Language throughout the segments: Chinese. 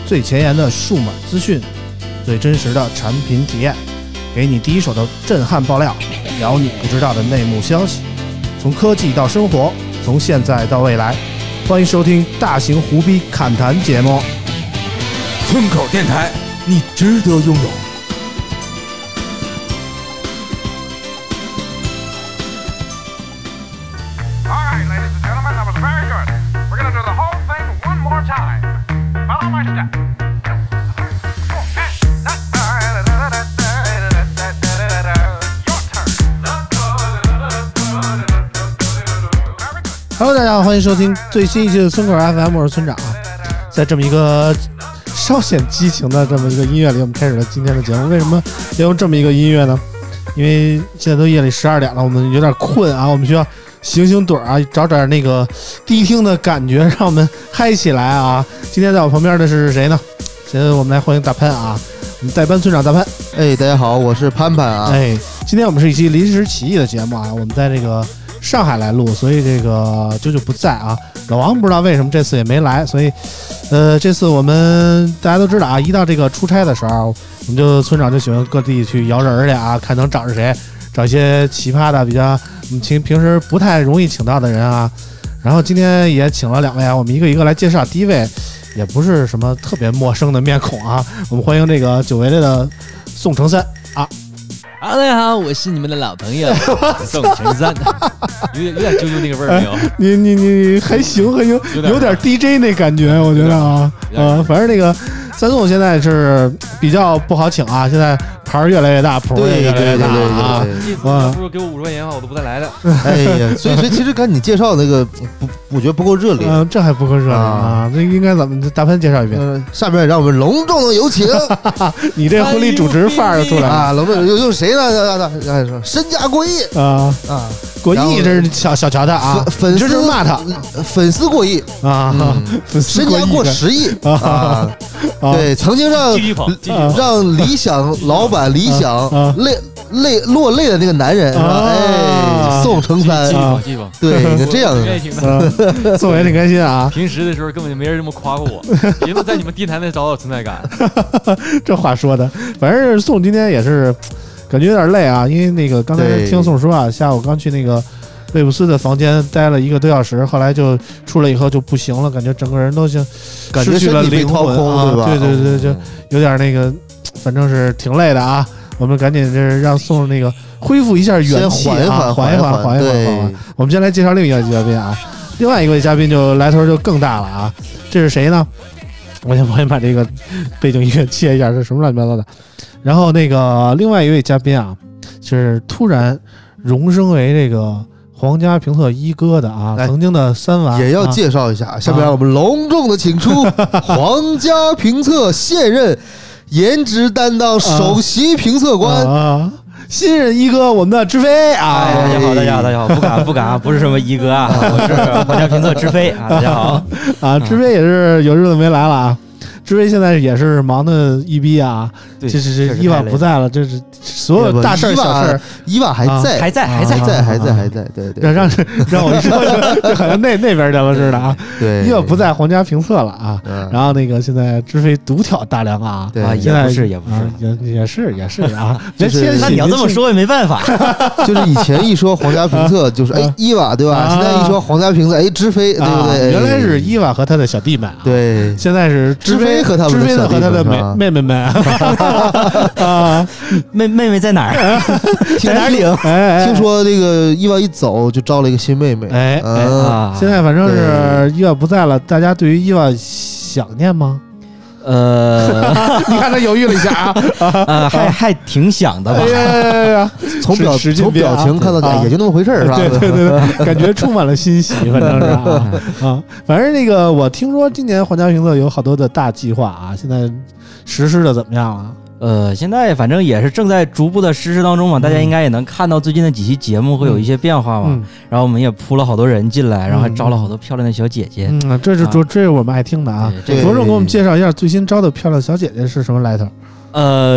最前沿的数码资讯，最真实的产品体验，给你第一手的震撼爆料，聊你不知道的内幕消息，从科技到生活，从现在到未来。欢迎收听大型胡逼侃谈节目。 村口电台，你值得拥有。 Hello， 大家好，欢迎收听最新一期的村口 FM， 我是村长。在这么一个稍显激情的这么一个音乐里，我们开始了今天的节目。为什么要用这么一个音乐呢？因为现在都夜里12点了，我们有点困啊，我们需要醒醒盹啊，找点那个迪厅的感觉，让我们嗨起来啊！今天在我旁边的是谁呢？现在我们来欢迎大潘啊，我们代班村长大潘。 哎，大家好，我是潘潘啊。 哎，今天我们是一期临时起意的节目啊，我们在这个上海来录，所以这个啾啾不在啊。老王不知道为什么这次也没来，所以这次我们大家都知道啊，一到这个出差的时候，我们就村长就喜欢各地去摇人去啊，看能找着谁，找一些奇葩的比较我们平时不太容易请到的人啊。然后今天也请了2位啊，我们一个一个来介绍。第一位也不是什么特别陌生的面孔啊，我们欢迎这个久违了的宋成三啊。 大家好，我是你们的老朋友宋成三，有点啾啾那个味儿没有？ 你还行，有点 DJ 那感觉，我觉得啊，反正那个三宋现在是比较不好请啊，现在牌越来越大，谱也越来越大啊。 不如给我50块钱的话，我都不带来的。 哎呀，所以其实看你介绍那个我觉得不够热烈， 这还不够热烈啊！这应该怎么？大潘介绍一遍。 下面让我们隆重的有请， 你这婚礼主持范儿就出来了啊！隆重有谁呢？身价过亿啊！ 过亿，这是小瞧他啊！ 粉丝这是骂他， 粉丝过亿啊！ 身价过10亿啊！对，曾经让理想老板理想落泪的那个男人是吧？哎，宋成三，对，你看这样的，宋也挺开心啊。 平时的时候根本就没人这么夸过我，也能在你们电台内找到存在感。 这话说的，反正宋今天也是感觉有点累啊，因为那个刚才听宋说啊，下午刚去那个贝布斯的房间待了1个多小时，后来就出来以后就不行了，感觉整个人都像失去了灵魂啊，对，就有点那个，反正是挺累的啊。我们赶紧就是让宋那个恢复一下元气啊，缓一缓。我们先来介绍另一位嘉宾啊，另外一位嘉宾就来头就更大了啊，这是谁呢？我先把这个背景音乐切一下，是什么乱七八糟的。然后那个另外一位嘉宾啊，是突然荣升为这个皇家评测一哥的啊，曾经的3娃也要介绍一下。下面让我们隆重的请出皇家评测现任颜值担当首席评测官， 新任一哥，我们的知飞啊！ 大家好，不敢啊，不是什么一哥啊，我是皇家评测知飞啊，大家好啊，知飞也是有日子没来了啊。知飞现在也是忙的一逼啊，这伊娃不在了，这是所有大事小事， 伊娃还在，对， 让我一说，就好像那边去了似的啊。 对， 伊娃不在皇家评测了啊，然后那个现在知飞独挑大梁啊， 对， 现在也是啊， 那你要这么说也没办法， 就是以前一说皇家评测就是伊娃对吧？现在一说皇家评测知飞对不对？ 原来是伊娃和他的小弟们， 对， 现在是知飞和他的妹妹们啊， 妹妹在哪儿？在哪儿领？ 听说这个伊娃一走就招了一个新妹妹， 现在反正是伊娃不在了，大家对于伊娃想念吗？你看他犹豫了一下啊，还挺想的吧？ 从表情看到也就那么回事儿，是吧？ 对，感觉充满了欣喜，反正是啊，反正那个我听说今年皇家评测有好多的大计划啊，现在实施的怎么样了？ 现在反正也是正在逐步的实施当中嘛，大家应该也能看到最近的几期节目会有一些变化嘛。然后我们也铺了好多人进来，然后还招了好多漂亮的小姐姐。 这是我们爱听的啊。着重给我们介绍一下最新招的漂亮小姐姐是什么来头？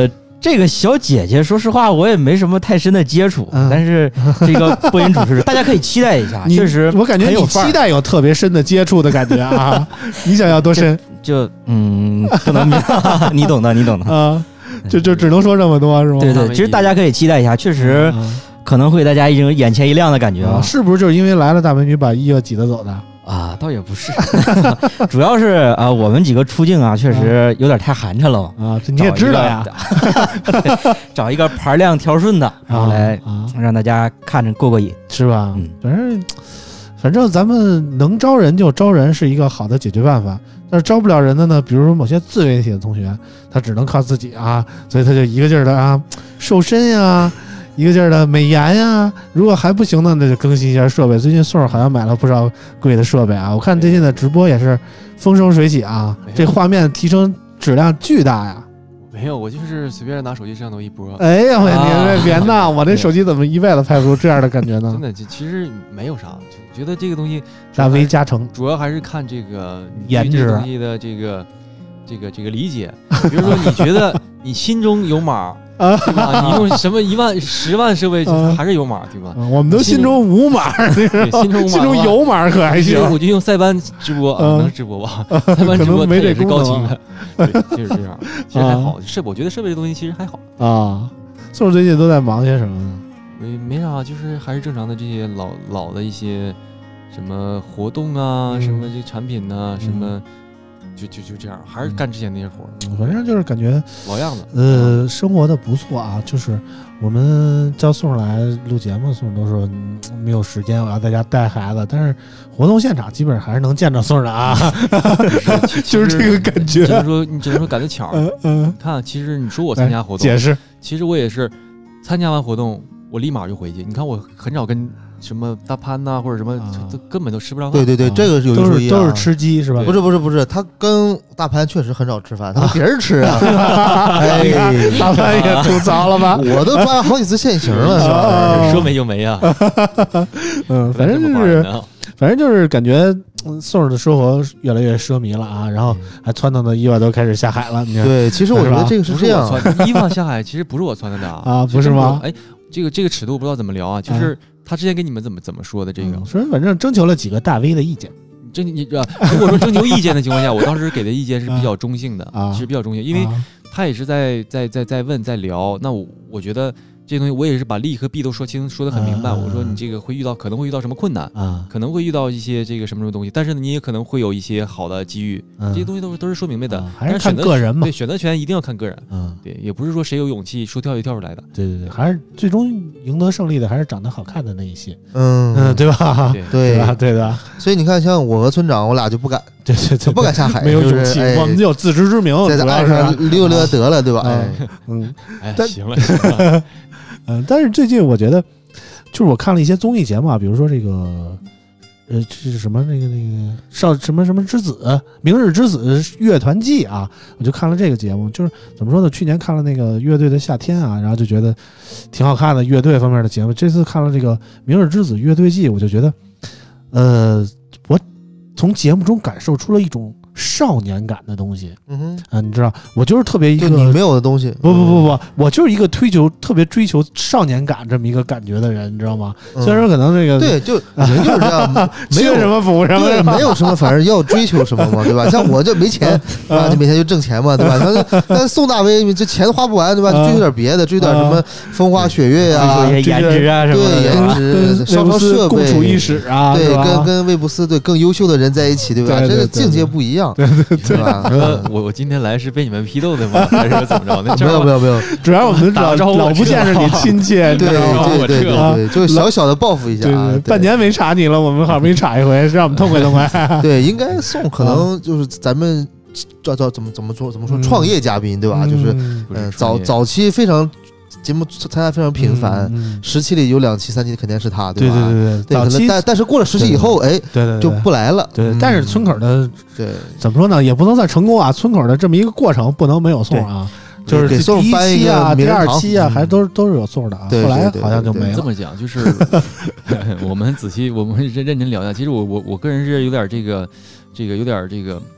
这个小姐姐，说实话我也没什么太深的接触，但是这个播音主持人，大家可以期待一下。确实， 我感觉你期待有特别深的接触的感觉啊！你想要多深？ 就不能你懂的，你懂的啊！就只能说这么多是吗？ 对对，其实大家可以期待一下，确实可能会大家已经眼前一亮的感觉啊！ 是不是就是因为来了大美女把伊娃挤得走的？ 啊，倒也不是，主要是我们几个出镜啊，确实有点太寒碜了啊。这你也知道呀， 找一个盘亮条顺的，然后来让大家看着过瘾， 是吧？反正咱们能招人就招人，是一个好的解决办法。但是招不了人的呢，比如说某些自媒体的同学，他只能靠自己啊，所以他就一个劲儿的瘦身呀。一个劲儿的美颜呀，如果还不行呢，那就更新一下设备。最近宋好像买了不少贵的设备啊，我看最近的直播也是风生水起啊，这画面提升质量巨大呀。 没有，我就是随便拿手机摄像头一播。 哎呀，你别闹，我这手机怎么一辈子拍不出这样的感觉呢？ 真的，其实没有啥，就觉得这个东西大 V 加成， 主要还是看这个颜值东西的这个理解。比如说，你觉得你心中有码。对吧？你用什么10万设备还是有码，对吧？ 我们都心中无码， 心中有码可还行。 我就用塞班直播能直播吧？塞班直播没这是高清的，对，就是这样。其实还好，我觉得设备的东西其实还好啊。宋最近都在忙些什么呢？ 没啥，就是还是正常的这些老的一些什么活动啊，什么这产品啊，什么。就这样，还是干之前那些活反正就是感觉老样子。 生活的不错啊。就是我们叫宋来录节目，宋都说没有时间，我要在家带孩子。但是活动现场基本上还是能见着宋的啊，就是这个感觉。 你只能说赶得巧。看，其实你说我参加活动， 解释， 其实我也是参加完活动，我立马就回去。你看，我很少跟。什么大潘呐，或者什么，根本都吃不着饭。 对，这个有都是吃鸡是吧？ 不是，他跟大潘确实很少吃饭，他跟别人吃啊。 大潘也吐槽了吧？ 我都抓了好几次现行了， 说没就没啊。 反正就是感觉宋的生活越来越奢靡了啊，然后还撺掇的伊娃都开始下海了。 对，其实我觉得这个是这样， 伊娃下海其实不是我撺掇的啊， 不是吗？ 哎，这个尺度不知道怎么聊啊，就是他之前跟你们怎么说的这个？ 说反正征求了几个大 V 的意见。 如果说征求意见的情况下，我当时给的意见是比较中性的，其实比较中性，因为他也是在问在聊，那我觉得。这些东西我也是把利和弊都说清，说得很明白。我说你这个可能会遇到什么困难可能会遇到一些这个什么东西，但是呢，你也可能会有一些好的机遇，这些东西都是说明白的。 还是看个人嘛， 对，选择权一定要看个人。对，也不是说谁有勇气说跳就跳出来的。 对，还是最终赢得胜利的还是长得好看的那一些。对吧？对的。 所以你看，像我和村长，我俩就不敢， 对， 不敢下海， 没有勇气。我们有自知之明， 在岸上溜得了，对吧？ 行了。 但是最近我觉得，就是我看了一些综艺节目啊，比如说这个，这是什么那个什么之子，明日之子乐团季啊，我就看了这个节目。就是怎么说呢？去年看了那个乐队的夏天啊，然后就觉得挺好看的乐队方面的节目。这次看了这个明日之子乐队季，我就觉得，我从节目中感受出了一种少年感的东西。你知道，我就是特别一个你没有的东西。 不，我就是一个特别追求少年感这么一个感觉的人，你知道吗？虽然说可能这个对，就人就是这样， 没有什么补什么， 对，没有什么，反正要追求什么嘛，对吧？像我就没钱啊，就每天就挣钱嘛，对吧？但宋大威这钱花不完，对吧？追求点别的，追求点什么风花雪月啊， 颜值啊什么的， 对，颜值，烧设备， 共处一室啊， 对，跟魏布斯对更优秀的人在一起，对吧？这个境界不一样，对吧？ 我今天来是被你们批斗的吗？还是怎么着？ 没有， 主要我们老不见着你亲切， 对，就小的报复一下啊。 半年没查你了，我们好不容易查一回，让我们痛快痛快。 对，应该送可能就是咱们叫怎么说创业嘉宾对吧？就是早期非常。节目参加非常频繁，10期里有2期、3期肯定是他，对吧？ 对，早期但是过了10期以后，哎， 对， 就不来了。 对，但是村口的， 对， 怎么说呢，也不能算成功啊。村口的这么一个过程不能没有送啊，就是给宋第1期啊、第2期啊，还都是有送的啊。后来好像就没了。 这么讲就是，我们认真聊一下。其实我个人是有点这个有点这个。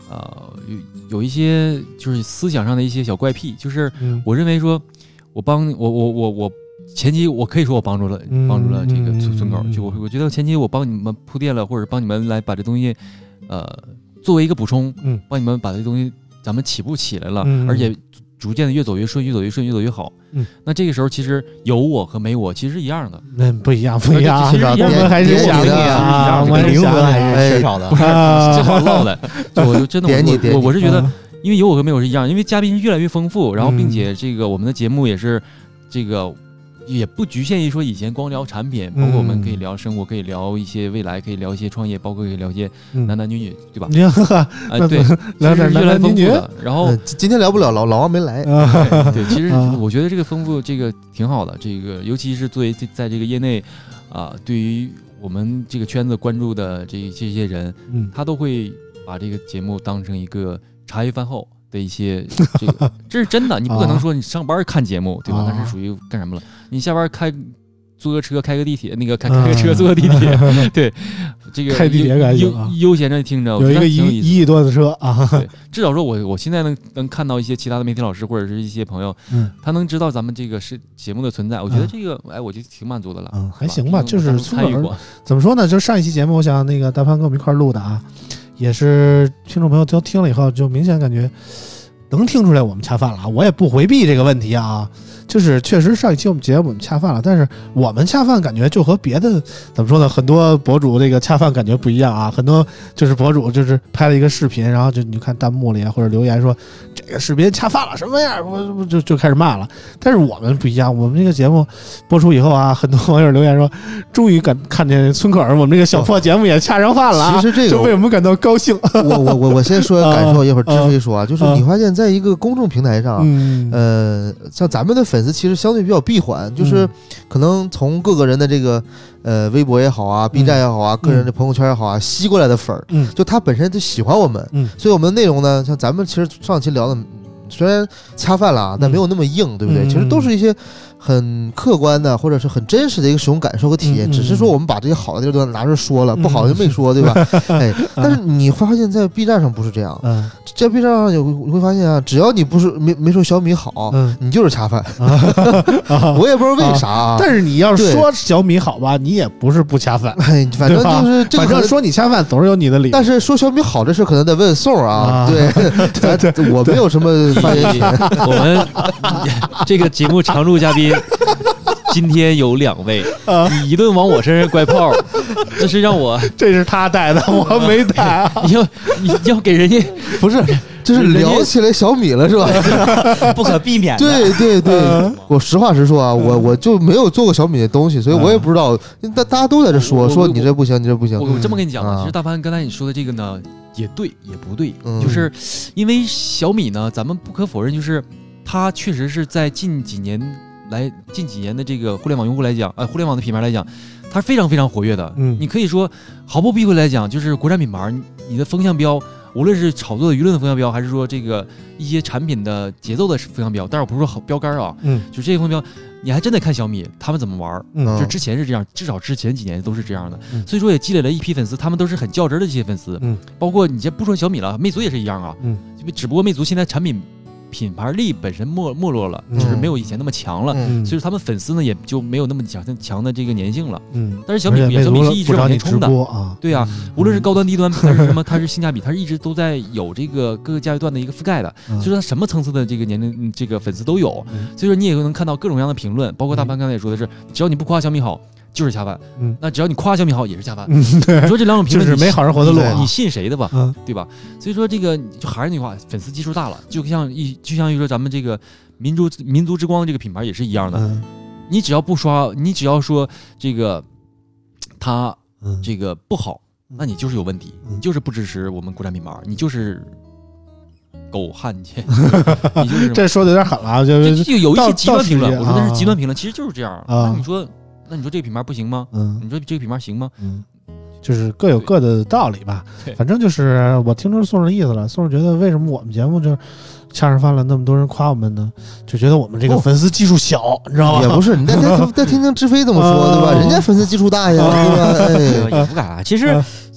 有一些就是思想上的一些小怪癖，就是我认为说，我前期我可以说我帮助了这个村口，就我觉得前期我帮你们铺垫了，或者帮你们来把这东西，作为一个补充，帮你们把这东西咱们起步起来了，而且逐渐的越走越顺，越走越顺，越走越好。那这个时候其实有我和没我其实是一样的。 那不一样， 其实我们还是想你啊， 我灵魂还是缺少的。 这话唠的，我就真的我是觉得，因为有我和没我是一样，因为嘉宾是越来越丰富，然后并且这个我们的节目也是这个。也不局限于说以前光聊产品，包括我们可以聊生活，可以聊一些未来，可以聊一些创业，包括可以聊一些男男女女，对吧？对， 聊点越来越丰富的。然后今天聊不了，老王没来。 对，其实我觉得这个丰富，这个挺好的。这个尤其是作为在这个业内对于我们这个圈子关注的这些人，他都会把这个节目当成一个茶余饭后的一些这是真的，你不可能说你上班看节目，对吧？那是属于干什么了？你下班坐个车，开个地铁，那个开个车，坐个地铁，对，这个开地铁感觉悠闲着听着， 有一个1亿多的车啊。 对，至少说我现在能看到一些其他的媒体老师或者是一些朋友，他能知道咱们这个是节目的存在，我觉得这个我就挺满足的了。 还行吧，就是参与过。 怎么说呢？就上一期节目，我想那个大潘跟我们一块录的啊，也是听众朋友都听了以后，就明显感觉能听出来我们恰饭了。我也不回避这个问题啊。就是确实上一期我们节目我们恰饭了，但是我们恰饭感觉就和别的怎么说呢，很多博主这个恰饭感觉不一样啊。很多就是博主就是拍了一个视频，然后就你看弹幕里或者留言说这个视频恰饭了什么样，我就开始骂了。但是我们不一样，我们这个节目播出以后啊，很多网友留言说终于看见村口我们这个小破节目也恰上饭了啊， 其实这个就为我们感到高兴。 我先说感受，一会儿志飞说啊，就是你发现在一个公众平台上，像咱们的粉丝其实相对比较闭环，就是可能从各个人的这个微博也好啊 ，B 站也好啊，个人的朋友圈也好啊，吸过来的粉儿，就他本身就喜欢我们，所以我们的内容呢，像咱们其实上期聊的，虽然恰饭了，但没有那么硬，对不对？其实都是一些很客观的，或者是很真实的一个使用感受和体验，只是说我们把这些好的地方都拿出来说了，不好的就没说，对吧？哎，但是你会发现在 B 站上不是这样，在 B 站上你会发现啊，只要你不是没说小米好，你就是恰饭，我也不知道为啥。 但是你要说小米好吧，你也不是不恰饭， 反正就是这个， 反正说你恰饭总是有你的理由。 但是说小米好这事可能得问宋啊，对，我没有什么发言权。 我们这个节目常驻嘉宾今天有2位，你一顿往我身上拐炮，这是让我这是他带的，我没带。 你要给人家不是，就是聊起来小米了是吧？ 不可避免的。 对，我实话实说啊，我就没有做过小米的东西，所以我也不知道。大家都在这说你这不行，你这不行。 我这么跟你讲啊，其实大潘刚才你说的这个呢，也对也不对，就是因为小米呢，咱们不可否认，就是它确实是在近几年的这个互联网用户来讲，互联网的品牌来讲，它是非常非常活跃的。你可以说毫不避讳来讲，就是国产品牌，你的风向标，无论是炒作的舆论的风向标，还是说这个一些产品的节奏的风向标，但是我不是说好标杆啊，就这些风向标，你还真得看小米他们怎么玩。就之前是这样，至少之前几年都是这样的，所以说也积累了一批粉丝，他们都是很较真的这些粉丝。包括你先不说小米了，魅族也是一样啊。只不过魅族现在产品牌力本身没落了，就是没有以前那么强了，所以他们粉丝呢也就没有那么强的这个粘性了。但是小米是一直往前冲的啊，对啊，无论是高端低端还是什么，它是性价比，它是一直都在有这个各个价位段的一个覆盖的，所以说它什么层次的这个年龄这个粉丝都有，所以说你也能看到各种各样的评论，包括大潘刚才也说的是，只要你不夸小米好，就是恰饭。那只要你夸小米好，也是恰饭。你说这2种评论就是没好人活的路， 你信谁的吧？对吧？所以说这个就还是那句话，粉丝基数大了，就像于说咱们这个民族之光这个品牌也是一样的。你只要不刷，你只要说这个它这个不好，那你就是有问题，你就是不支持我们国产品牌，你就是狗汉奸。你就是这说的有点狠了啊！就有一些极端评论，我说那是极端评论，其实就是这样。那你说这个品牌不行吗？你说这个品牌行吗？ 就是各有各的道理吧。反正就是我听出宋的意思了。宋觉得为什么我们节目就恰上饭了，那么多人夸我们呢？就觉得我们这个粉丝基数小，你知道吗？ 也不是，你再听听志飞怎么说，对吧？人家粉丝基数大呀，对吧？ 也不敢。其实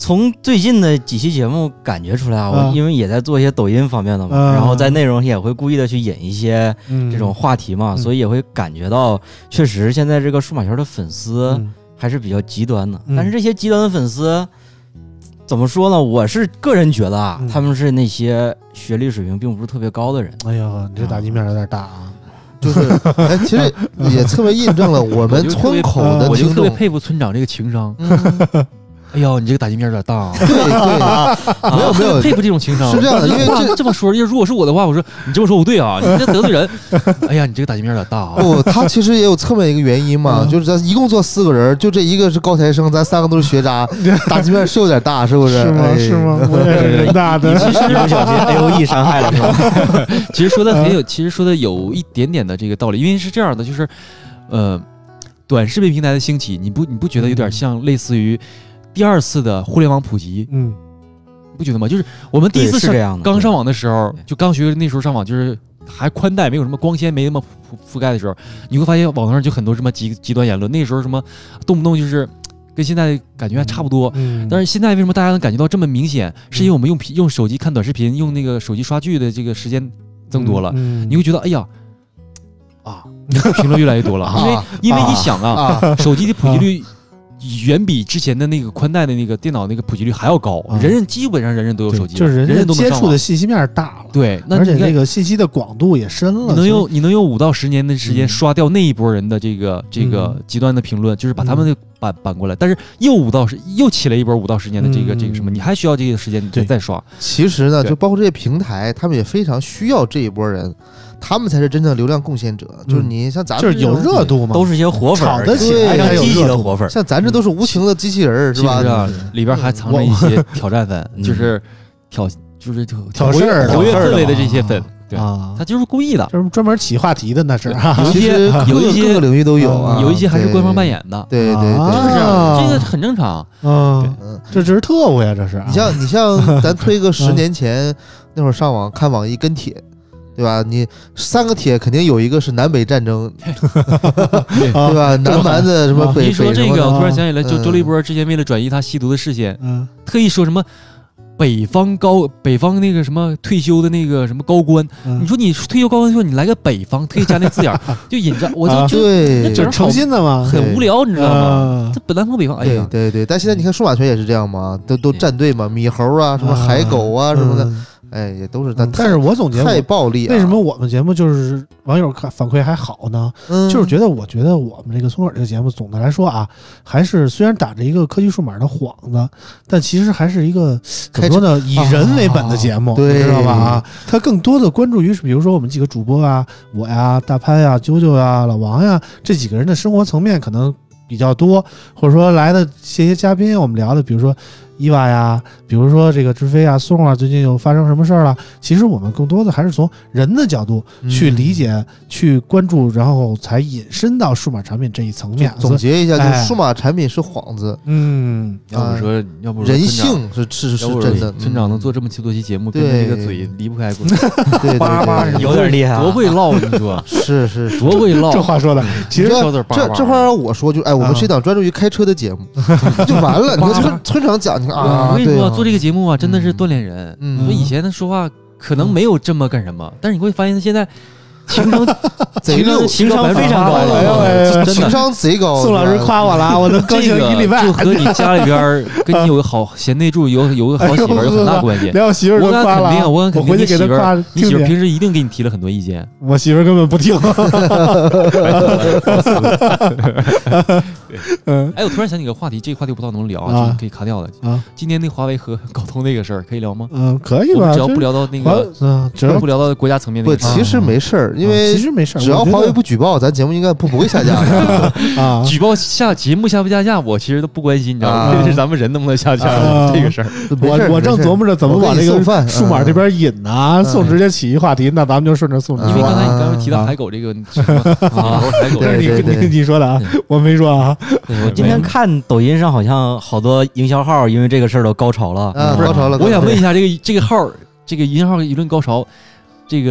从最近的几期节目感觉出来啊，我因为也在做一些抖音方面的嘛，然后在内容也会故意的去引一些这种话题嘛，所以也会感觉到，确实现在这个数码球的粉丝还是比较极端的。但是这些极端的粉丝怎么说呢？我是个人觉得啊，他们是那些学历水平并不是特别高的人。 哎呀，你这打击面有点大啊！ 就是，其实也特别印证了我们村口的听众， 我就特别佩服村长这个情商。哎呦，你这个打击面有点大啊！ 对对，没有没有， 佩服这种情商。 是这样的，因为这么说，如果是我的话，我说你这么说不对啊，你这得罪人。哎呀，你这个打击面有点大啊！ 不，他其实也有侧面一个原因嘛，就是咱一共做4个人，就这一个是高材生，咱3个都是学渣，打击面是有点大，是不是？ 是吗？是吗？我也是人大的， 其实不小心 AOE 伤害了，是吧？ 其实说的很有，其实说的有一点点的这个道理，因为是这样的，就是，短视频平台的兴起，你不觉得有点像类似于第2次的互联网普及？你不觉得吗？就是我们第1次刚上网的时候，就刚学那时候上网，就是还宽带，没有什么光纤，没那么覆盖的时候，你会发现网上就很多什么极端言论。那时候什么动不动就是跟现在感觉还差不多，但是现在为什么大家能感觉到这么明显？是因为我们用手机看短视频，用那个手机刷剧的这个时间增多了，你会觉得哎呀评论越来越多了，因为你想啊，手机的普及率远比之前的那个宽带的那个电脑那个普及率还要高，基本上人人都有手机， 就是人都接触的信息面大了， 对， 而且那个信息的广度也深了。 你能用5到10年的时间刷掉那一波人的这个极端的评论，就是把他们扳过来，但是又起了一波5到10年的这个什么，你还需要这个时间再刷。 其实呢，就包括这些平台，他们也非常需要这一波人。他们才是真正流量贡献者，就是你像咱们就是有热度嘛， 都是些活粉， 炒得起来， 非常积极的活粉。 像咱这都是无情的机器人，是吧？ 里边还藏着一些挑战粉，就是挑事儿、 活跃氛围的这些粉。对啊，他就是故意的， 就是专门起话题的，那是有一些各个领域都有啊， 有一些还是官方扮演的， 对， 就是这样，这个很正常。 这只是特务呀，这是。 你像咱推个10年前那会儿上网看网易跟帖。对吧？你3个帖肯定有一个是南北战争，对吧？南蛮子什么北？ 你说这个，我突然想起来，就周立波之前为了转移他吸毒的视线，特意说什么北方那个什么退休的那个什么高官，你说你退休高官说你来个北方，特意加那字眼，就引着我就对， 这诚心的嘛， 很无聊，你知道吗？这南方北方，哎呀， 对，但现在你看数码圈也是这样嘛，都站队嘛，猕猴啊，什么海狗啊什么的。哎，也都是，但是我总结太暴力为什么我们节目就是网友反馈还好呢？就是我觉得我们这个村口这个节目总的来说啊，还是虽然打着一个科技数码的幌子，但其实还是一个怎么说呢，以人为本的节目，你知道吧？啊，它更多的关注于比如说我们几个主播啊，我呀、大潘呀、啾啾呀、老王呀这几个人的生活层面可能比较多，或者说来的这些嘉宾，我们聊的比如说伊娃呀，比如说这个志飞啊、宋啊，最近又发生什么事儿了？其实我们更多的还是从人的角度去理解、去关注，然后才引申到数码产品这一层面。 总结一下，就是数码产品是幌子。 要不人性是真的。 村长能做这么多期节目，跟那个嘴离不开， 对， 叭叭有点厉害， 多会唠，你说是多会唠。 这话说的，其实这话让我说，就我们是一档专注于开车的节目，就完了。你看村长讲， 我跟你说，做这个节目啊，真的是锻炼人。你说以前他说话可能没有这么干什么，但是你会发现他现在情商非常高， 情商贼高。 宋老师夸我了，我能高兴1礼拜。 就和你家里边跟你有个好贤内助，有个好媳妇有很大关系。 连我媳妇都夸了， 我肯定回去给他夸。 你媳妇平时一定给你提了很多意见， 我媳妇根本不听。 哎，我突然想起个话题，这个话题我不知道能聊啊，可以卡掉的啊。今天那华为和高通那个事儿可以聊吗？ 可以吧？ 只要不聊到那个，只要不聊到国家层面那个， 其实没事儿，因为其实没事儿， 只要华为不举报，咱节目应该不会下架的啊。举报节目下不下架，我其实都不关心，你知道吗？这是咱们人能不能下架这个事儿。 我正琢磨着怎么往这个数码这边引呢。宋直接起一话题，那咱们就顺着宋。 因为刚才提到海狗这个海狗， 这是你说的啊，我没说啊。 我今天看抖音上好像好多营销号因为这个事儿都高潮了， 高潮了。 我想问一下，这个号，这个营销号舆论高潮，这个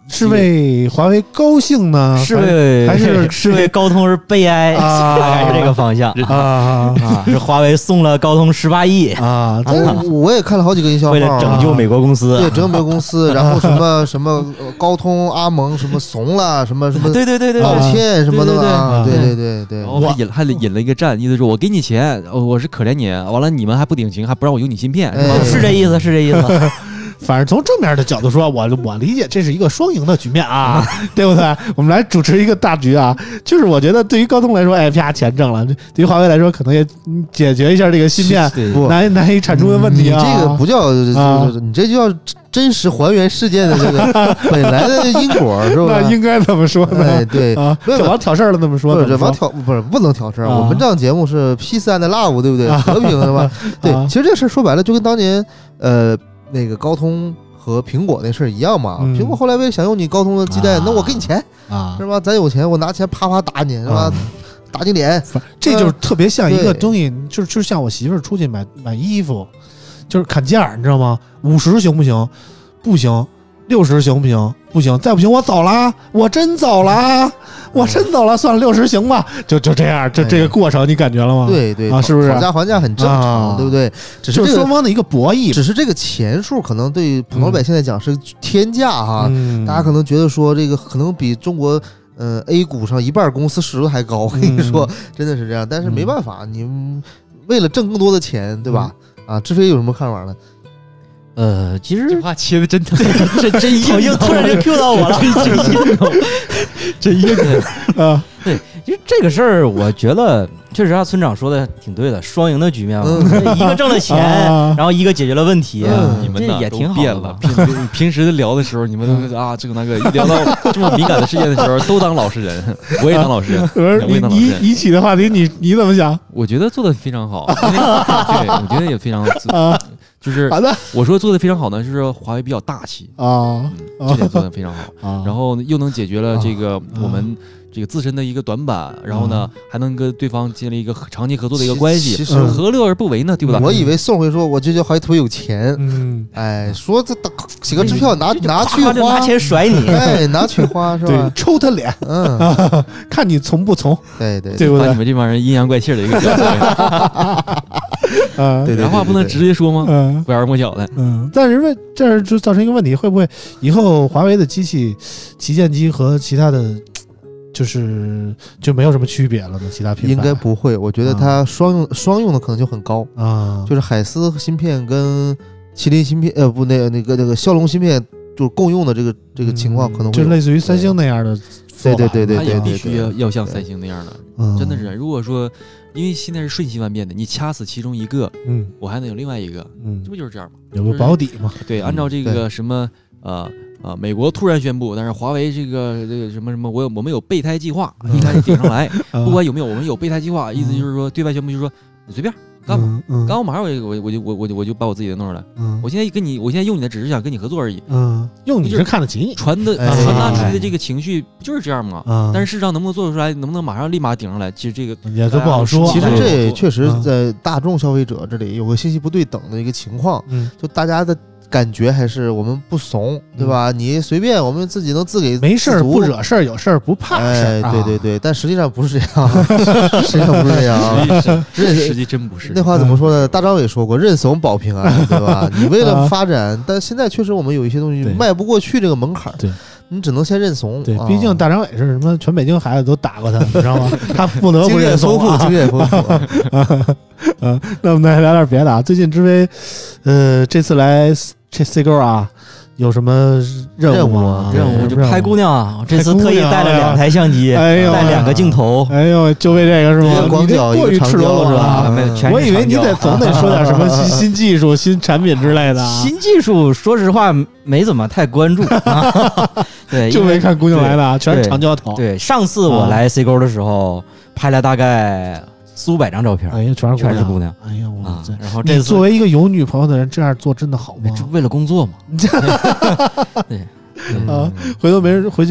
是为华为高兴呢， 是为还是为高通是悲哀还是这个方向是华为送了高通18亿啊！ 我也看了好几个营销号， 为了拯救美国公司， 对，拯救美国公司，然后什么高通阿蒙什么怂了，什么对道歉什么的啊，对， 然后还引了一个战，意思是我给你钱，我是可怜你，完了你们还不领情，还不让我用你芯片， 是这意思，是这意思。 反正从正面的角度说，我理解这是一个双赢的局面啊，对不对？我们来主持一个大局啊，就是我觉得对于高通来说，哎啪钱挣了；对于华为来说，可能也解决一下这个芯片难以产出的问题啊。 你这个不叫，你这就叫真实还原事件的这个本来的因果，是吧？ 那应该怎么说呢？ 哎，对啊，这往挑事儿了，这么说， 这往挑不能挑事儿。我们这档节目是 Peace and Love， 对不对？和平是吧？对，其实这个事儿说白了，就跟当年那个高通和苹果那事儿一样嘛。苹果后来为了想用你高通的基带，那我给你钱啊，是吧？咱有钱，我拿钱啪啪打你，是吧？打你脸， 这就是特别像一个东西，就像我媳妇儿出去买衣服，就是砍价，你知道吗？50行不行？不行。60行不行？不行，再不行我走了，我真走了，算了，60行吧，就这样，这个过程你感觉了吗？ 对啊， 是不是？ 讨价还价很正常，对不对？只是双方的一个博弈， 只是这个钱数可能对普通老百姓来讲是天价哈，大家可能觉得说这个可能比中国A 股上一半公司市值还高，我跟你说真的是这样，但是没办法，你为了挣更多的钱，对吧？啊，志飞有什么看法呢？ 其实这话切的真的真硬，突然就 Q 到我了， 真硬啊！对，其实这个事儿，我觉得确实啊，村长说的挺对的，双赢的局面嘛，一个挣了钱，然后一个解决了问题， 你们这也挺好变了。平时聊的时候，你们都啊这个那个，一聊到这么敏感的事件的时候，都当老实人，我也当老实人。 你起的话题，你怎么想？ 我觉得做的非常好，对，我觉得也非常就是我说做的非常好呢，就是华为比较大气啊，这点做的非常好，然后又能解决了这个我们这个自身的一个短板，然后呢还能跟对方建立一个长期合作的一个关系，何乐而不为呢？对不对？ 我以为宋会说，我就觉得华为特别有钱，哎，说这写个支票拿去花， 拿钱甩你， 哎，拿去花是吧？ 抽他脸，看你从不从？ 对， 把你们这帮人阴阳怪气的一个角色。 对， 原话不能直接说吗？不要摸脚的。 但是这就造成一个问题，会不会以后华为的机器旗舰机和其他的，就没有什么区别了呢？其他品牌应该不会，我觉得它双用的可能就很高啊。 就是海思芯片跟麒麟芯片，不，那个骁龙芯片就是共用的这个情况可能会就类似于三星那样的。 对， 它也必须要像三星那样的，真的是。如果说因为现在是瞬息万变的，你掐死其中一个，我还能有另外一个，这不就是这样吗？ 有个保底嘛。 对，按照这个什么美国突然宣布，但是华为这个什么，我们有备胎计划，一开始顶上来，不管有没有，我们有备胎计划，意思就是说对外宣布就是说你随便干吧，干我马上我就把我自己的弄出来。我现在用你的只是想跟你合作而已。 用你是看得起你， 传达出去的这个情绪不就是这样吗？但是事实上能不能做出来，能不能马上立马顶上来，其实这个也都不好说。 其实这确实在大众消费者这里有个信息不对等的一个情况，就大家的感觉还是我们不怂，对吧？你随便，我们自己能自给没事不惹事儿，有事儿不怕事儿。 对，但实际上不是这样，实际上不是这样， 实际真不是。 那话怎么说呢？大张伟说过，认怂保平安，对吧？你为了发展，但现在确实我们有一些东西迈不过去这个门槛， 对， 你只能先认怂。 对，毕竟大张伟是什么？全北京孩子都打过他，你知道吗？他不得不认怂， 经验丰富。 那我们再聊点别的啊。最近知飞，这次来这 C 沟啊，有什么任务吗？ 任务就拍姑娘啊！这次特意带了2台相机，带2个镜头。 哎呦，就为这个是吗？ 广角过于赤裸了是吧？我以为你总得说点什么新技术、新产品之类的。 新技术，说实话没怎么太关注。对， 就没看姑娘来的，全是长焦头。 对，上次我来 C 沟的时候，拍了大概400-500张照片， 哎呀，全是姑娘。哎呀，我然后这作为一个有女朋友的人，这样做真的好吗？ 为了工作嘛。对啊，回头没人回去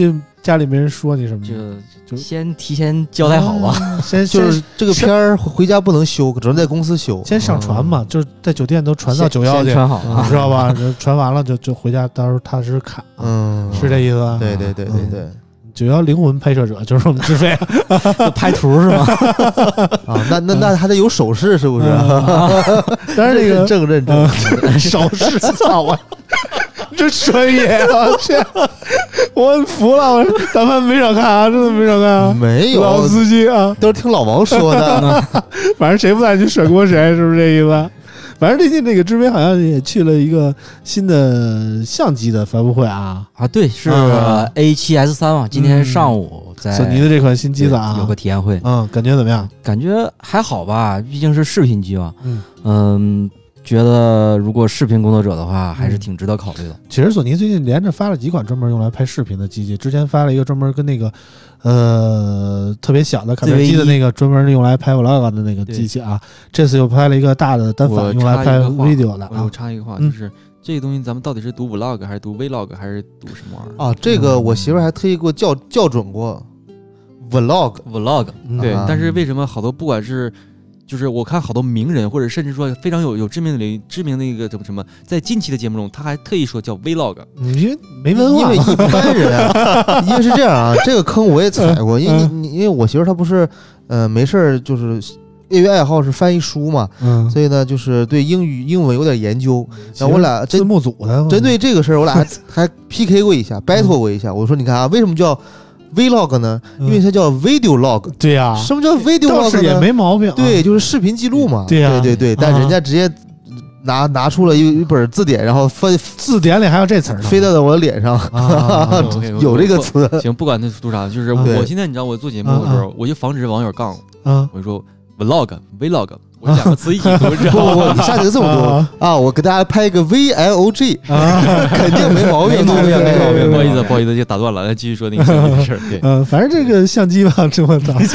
家里没人说你什么？ 就先提前交代好吧。 先就是这个片儿回家不能修，只能在公司修。 先上传嘛，就是在酒店都传到911去， 传好， 知道吧？传完了就回家，到时候踏实看。是这意思吧？ 对。 911灵魂拍摄者就是我们志飞， 就拍图是吗？ 那还得有手势是不是？ 但是这个认证手势，操我！这专业，我去，我服了，咱们没少看啊，真的没少看啊， 没有老司机啊， 都是听老王说的， 反正谁不在就甩锅谁，是不是这意思？反正最近这个志飞好像也去了一个新的相机的发布会啊， 对，是 A7S3 嘛，今天上午在索尼的这款新机子啊， 有个体验会， 感觉怎么样？ 感觉还好吧，毕竟是视频机嘛，觉得如果视频工作者的话，还是挺值得考虑的。 其实索尼最近连着发了几款专门用来拍视频的机器，之前发了一个专门跟那个特别小的卡片机的那个专门用来拍 vlog 的那个机器啊，这次又拍了一个大的单反用来拍 video 的。 我插一个话，就是这个东西咱们到底是读 vlog 还是读 vlog 还是读什么玩意儿啊？这个我媳妇还特意给我校准过 vlog， 对，但是为什么好多不管是就是我看好多名人，或者甚至说非常有知名的一个什么，在近期的节目中，他还特意说叫 vlog， 因为没文化， 因为一般人啊，因为是这样啊，这个坑我也踩过，因为我媳妇她不是没事就是业余爱好是翻译书嘛，所以呢就是对英文有点研究，然后我俩字幕组的针对这个事儿，我俩还 PK 过一下，battle 过一下，我说你看啊，为什么叫Vlog 呢？因为它叫 video log。 对呀， 什么叫 video log 呢？ 倒是也没毛病。 对，就是视频记录嘛。 对呀， 对。但人家直接拿出了一本字典，然后字典里还有这词儿， 飞到了我的脸上，有这个词。 行，不管那读啥，就是我现在你知道我做节目的时候，我就防止网友杠，我就说 vlog，我两个词一起读，你知道吗？ 你下节这么多啊！我给大家拍一个 vlog， 肯定没毛病， 不好意思，就打断了，咱继续说那个相机的事儿。 对，反正这个相机吧，这么早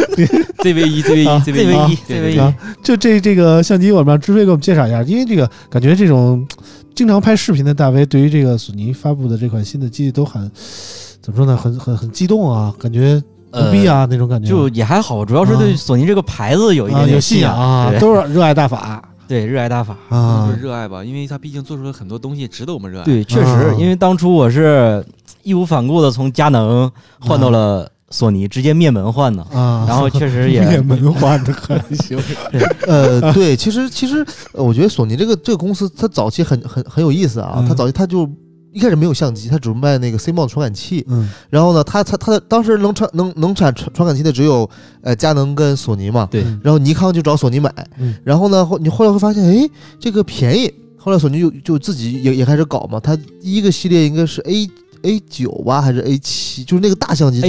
，ZV-1， 就这个相机，我们让志飞给我们介绍一下，因为这个感觉这种经常拍视频的大 V，对于这个索尼发布的这款新的机器都很怎么说呢？很激动啊，感觉。牛逼啊，那种感觉就也还好，主要是对索尼这个牌子有一点有信仰啊，都是热爱大法， 对，热爱大法啊，就是热爱吧，因为它毕竟做出了很多东西值得我们热爱。 对，确实，因为当初我是义无反顾的从佳能换到了索尼，直接灭门换的啊，然后确实也灭门换的还行。 对，其实我觉得索尼这个公司，它早期很有意思啊，它早期它就。一开始没有相机，它只卖那个 CMOS 传感器。然后呢，它当时能产传感器的只有佳能跟索尼嘛。 对。 然后尼康就找索尼买。然后呢，你后来会发现，哎，这个便宜。后来索尼就自己也开始搞嘛。它第一个系列应该是 A9吧，还是 A7？就是那个大相机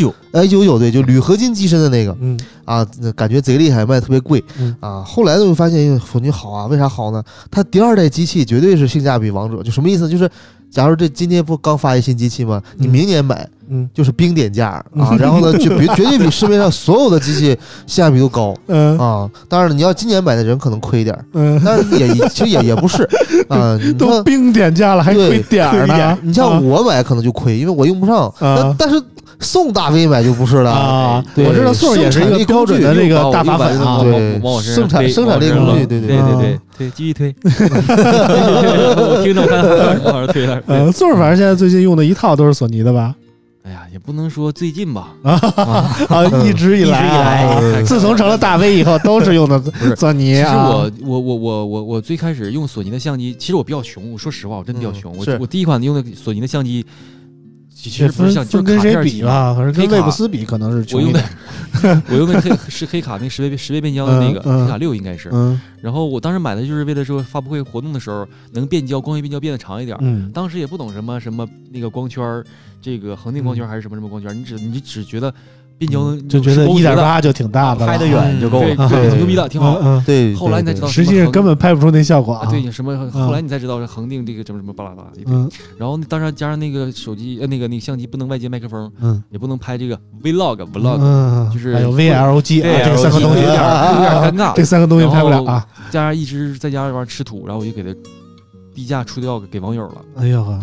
A99，对，就铝合金机身的那个。感觉贼厉害，卖特别贵。后来呢，就发现索尼好啊，为啥好呢？它第二代机器绝对是性价比王者。就什么意思？就是假如这今天不刚发一新机器吗？你明年买，就是冰点价啊。然后呢，绝对比市面上所有的机器性价比都高。当然了，你要今年买的人可能亏点，但是其实也不是啊。 都冰点价了，还亏点呢？ 你像我买可能就亏，因为我用不上。但是宋大 V 买就不是了啊！ 我知道宋也是一个标准的这个大法粉啊， 对，生产力工具， 对，继续推。我听着看，往上推了。 宋反正现在最近用的一套都是索尼的吧？ 哎呀，也不能说最近吧， 一直以来，自从成了大 V 以后，都是用的索尼。其实我最开始用索尼的相机，其实我比较穷，我说实话，我真的比较穷。我第一款用的索尼的相机。其实不是像就是跟谁比吧，可是跟魏布斯比可能是我用的是黑卡那个十倍变焦的那个黑卡6应该是，然后我当时买的就是为了说发布会活动的时候能变焦，光学变焦变得长一点。当时也不懂什么那个光圈，这个恒定光圈还是什么光圈，你只觉得变焦就觉得1.8就挺大的， 拍得远就够了， 对，牛逼的，挺好。 对， 后来你才知道， 实际上根本拍不出那效果啊。 对，什么后来你才知道是恒定这个什么巴拉巴拉的。然后当然加上那个手机那个相机不能外接麦克风，也不能拍这个 vlog， 就是还有 VLG 这三个东西有点尴尬， 这三个东西拍不了啊。 加上一直在家里玩吃土，然后我就给它低价出掉给网友了。 哎呦， 对。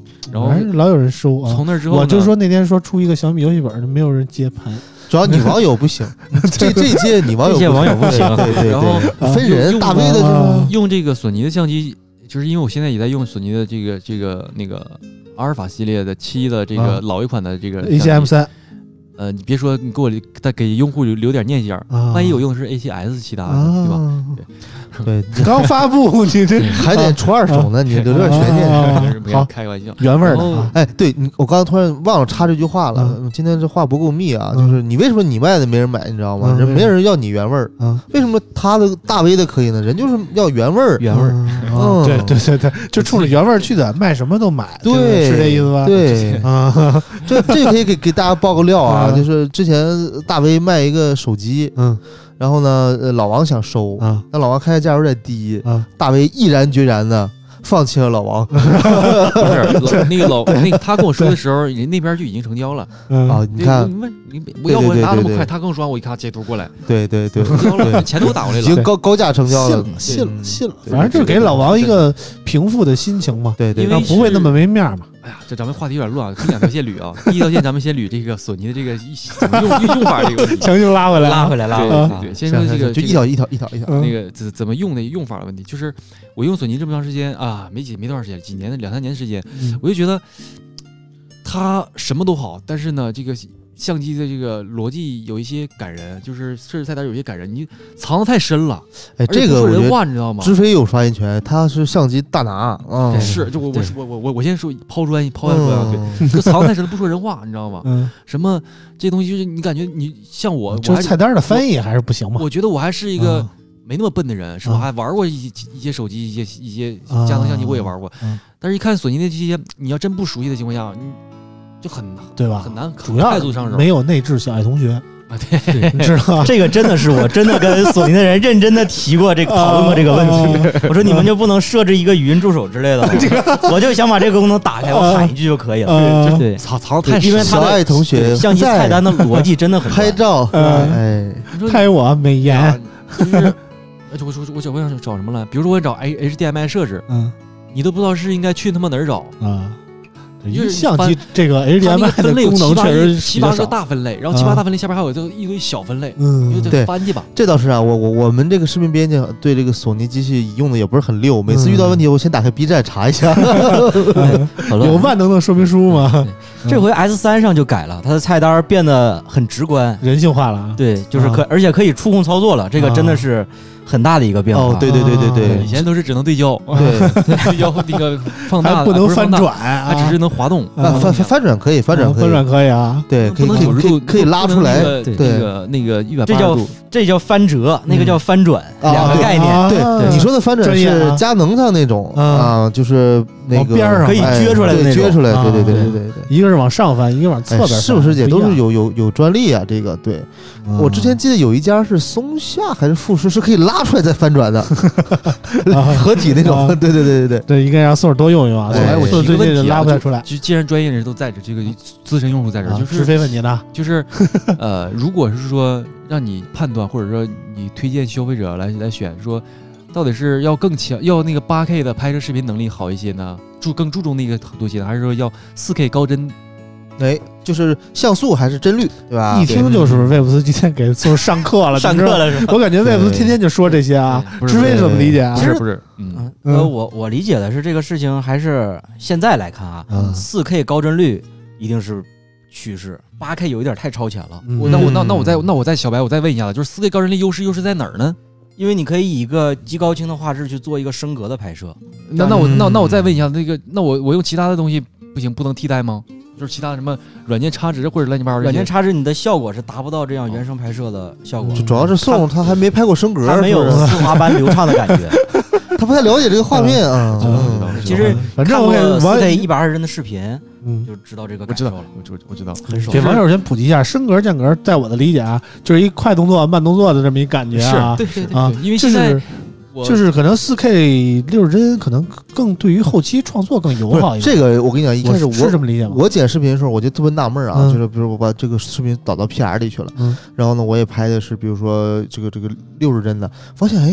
然后老有人收啊。 从那之后我就说那天说出一个小米游戏本，没有人接盘。 主要你网友不行，这届你网友不行， 对， 然后分人，大 V 的用这个索尼的相机，就是因为我现在也在用索尼的那个阿尔法系列的7的这个老一款的这个 A7M3。 你别说，你给用户留点念想，万一我用的是 A7S 其他的，对吧？ 对， 刚发布，你这还得出2手呢，你留点悬念。 好，开个玩笑， 原味的。 哎，对，我刚刚突然忘了插这句话了。今天这话不够密啊，就是你为什么你卖的没人买，你知道吗？人没人要你原味儿。为什么他的大 V 的可以呢？人就是要原味儿， 原味儿。 对，就冲着原味儿去的，卖什么都买。 对， 是这意思吧？ 对啊，这可以给大家爆个料啊，就是之前大 V 卖一个手机，然后呢，老王想收，但老王开的价有点低，大 V 毅然决然的放弃了老王。 不是那个他跟我说的时候，人那边就已经成交了啊！你看， 我要我拿那么快，他跟我说完，我一看截图过来， 对， 钱都打过来了， 已经高价成交了， 信了，反正就是给老王一个平复的心情嘛， 对， 让不会那么没面嘛。 哎呀，这咱们话题有点乱，分2条线捋啊。第一条线咱们先捋这个索尼的这个怎么用法这个问题， 强行拉回来。 对，先说这个就一条那个怎么用的用法的问题，就是我用索尼这么长时间啊，没多长时间，几年2-3年时间，我就觉得它什么都好，但是呢，这个相机的这个逻辑有一些感人，就是设置菜单有些感人，你藏得太深了。 哎，这个我觉得你知道吗？ 知飞有发言权，他是相机大拿啊。 是，就我先说抛砖啊，对，就藏得太深了，不说人话，你知道吗？什么这东西就是你感觉你像我， 就菜单的翻译还是不行吗？ 我觉得我还是一个没那么笨的人，是吧？还玩过一些手机，一些佳能相机我也玩过，但是一看索尼的这些，你要真不熟悉的情况下，就很对吧？ 很难， 主要没有内置小爱同学啊，对， 你知道这个真的是我真的跟索尼的人认真的提过这个讨论过这个问题。我说你们就不能设置一个语音助手之类的吗？我就想把这个功能打开，我喊一句就可以了。对， 藏太深， 因为小爱同学相机菜单的逻辑真的很拍照，哎， 拍我美颜， 就是我想找什么了？比如说我想找 HDMI 设置，你都不知道是应该去他妈哪儿找啊？ 因为相机这个 HDMI 的功能确实 7-8个大分类，然后7-8大分类下边还有一堆小分类， 对， 翻去吧。 这倒是啊，我们这个视频编辑对这个索尼机器用的也不是很溜，每次遇到问题我先打开 B 站查一下。 有万能的说明书吗？ 这回 S3 上就改了，它的菜单变得很直观、 人性化了。 对，就是而且可以触控操作了，这个真的是很大的一个变化。 哦，对， 以前都是只能对焦，对焦那个放大， 还不能翻转， 它只是能滑动。 翻转可以，翻转可以啊。 对，可以拉出来。 那个180度， 这叫翻折，那个叫翻转，两个概念。 对，你说的翻转是佳能上那种啊，就是那个边上可以撅出来的那种。 撅出来，对。 一个是往上翻，一个往侧边翻， 是不是也都是有专利啊？这个对，我之前记得有一家是松下还是富士，是可以拉出来再翻转的，合体那种。对， 应该让宋儿多用用啊。 我最近拉不太出来。 就既然专业人士都在这，这个资深用户在这，就是是非问题呢。 就是如果是说让你判断，或者说你推荐消费者来选，说到底是要更强，要那个8K 的拍摄视频能力好一些呢，更注重那个多些呢，还是说要4K 高帧？ 哎，就是像素还是帧率，对吧？ 一听就是魏布斯今天给宋上课了， 上课了是吧？ 我感觉魏布斯天天就说这些啊，知飞怎么理解啊？ 不是， 我理解的是这个事情，还是现在来看啊，4K 高帧率一定是趋势，8K 有一点太超前了。 那我再小白，我再问一下了，就是4K 高帧率优势又是在哪儿呢？ 因为你可以以一个极高清的画质去做一个升格的拍摄。 那我再问一下，那个那我用其他的东西不行，不能替代吗？就是其他什么软件差值或者乱七八糟的软件差值，你的效果是达不到这样原生拍摄的效果。 主要是宋他还没拍过升格， 他没有丝滑般流畅的感觉， 他不太了解这个画面啊。 其实反正我 4K 120帧的视频，就知道这个感受了。 我知道， 很爽。 给网友先普及一下，升格间隔，在我的理解啊，就是一快动作慢动作的这么一感觉啊。 对啊，因为现在。 就是可能4K 60帧可能更对于后期创作更友好一点。 这个我跟你讲，一开始我是这么理解吗？ 我剪视频的时候我就特别纳闷啊，就是比如我把这个视频导到 PR 里去了，然后呢我也拍的是比如说这个60帧的，发现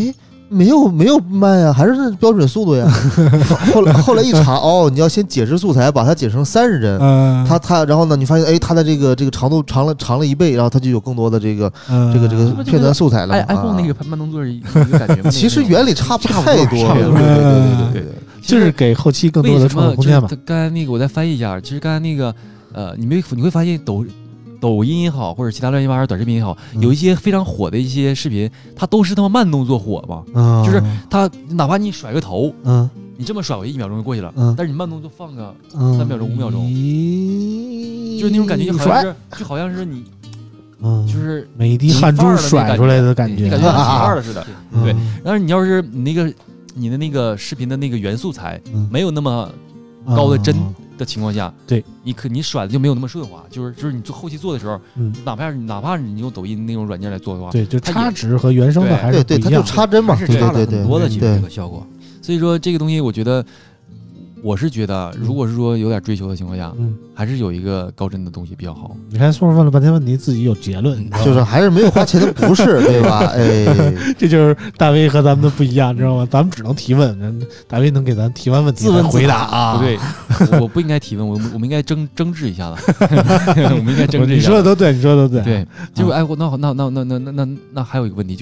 没有慢呀，还是那标准速度呀。后来一查，哦，你要先解释素材，把它解成30帧，然后呢，你发现，哎，它的这个长度长了1倍，然后它就有更多的这个片段素材了。 iPhone 那个慢动作一个感觉， 其实原理差不太多，对， 就是给后期更多的创作空间嘛。 刚才那个我再翻译一下，其实刚才那个你会发现抖音也好，或者其他乱七八糟短视频也好，有一些非常火的一些视频，它都是他妈慢动作火嘛。就是它哪怕你甩个头，你这么甩，我1秒钟就过去了。但是你慢动作放个3秒钟、5秒钟，就是那种感觉，就好像是你，就是每一滴汗珠甩出来的感觉， 你感觉像起范儿了似的。对，但是你要是你的那个视频的那个原素材没有那么高的帧的情况下， 对， 你甩的就没有那么顺滑，就是你做后期做的时候，哪怕你用抖音那种软件来做的话， 对，就差值和原生的还是不一样， 对，它就差帧嘛， 是差了很多的这个效果。 所以说这个东西，我是觉得，如果是说有点追求的情况下，还是有一个高帧的东西比较好。 你看宋问了半天问题，自己有结论， 就是还是没有花钱的不是，对吧？哎， 这就是大威和咱们的不一样，知道吗？咱们只能提问，大威能给咱提完问题自问回答啊。 不对，我不应该提问，我们应该争执一下子，我们应该争执一下。 你说的都对，你说的都对。 对，就是那还有一个问题就是。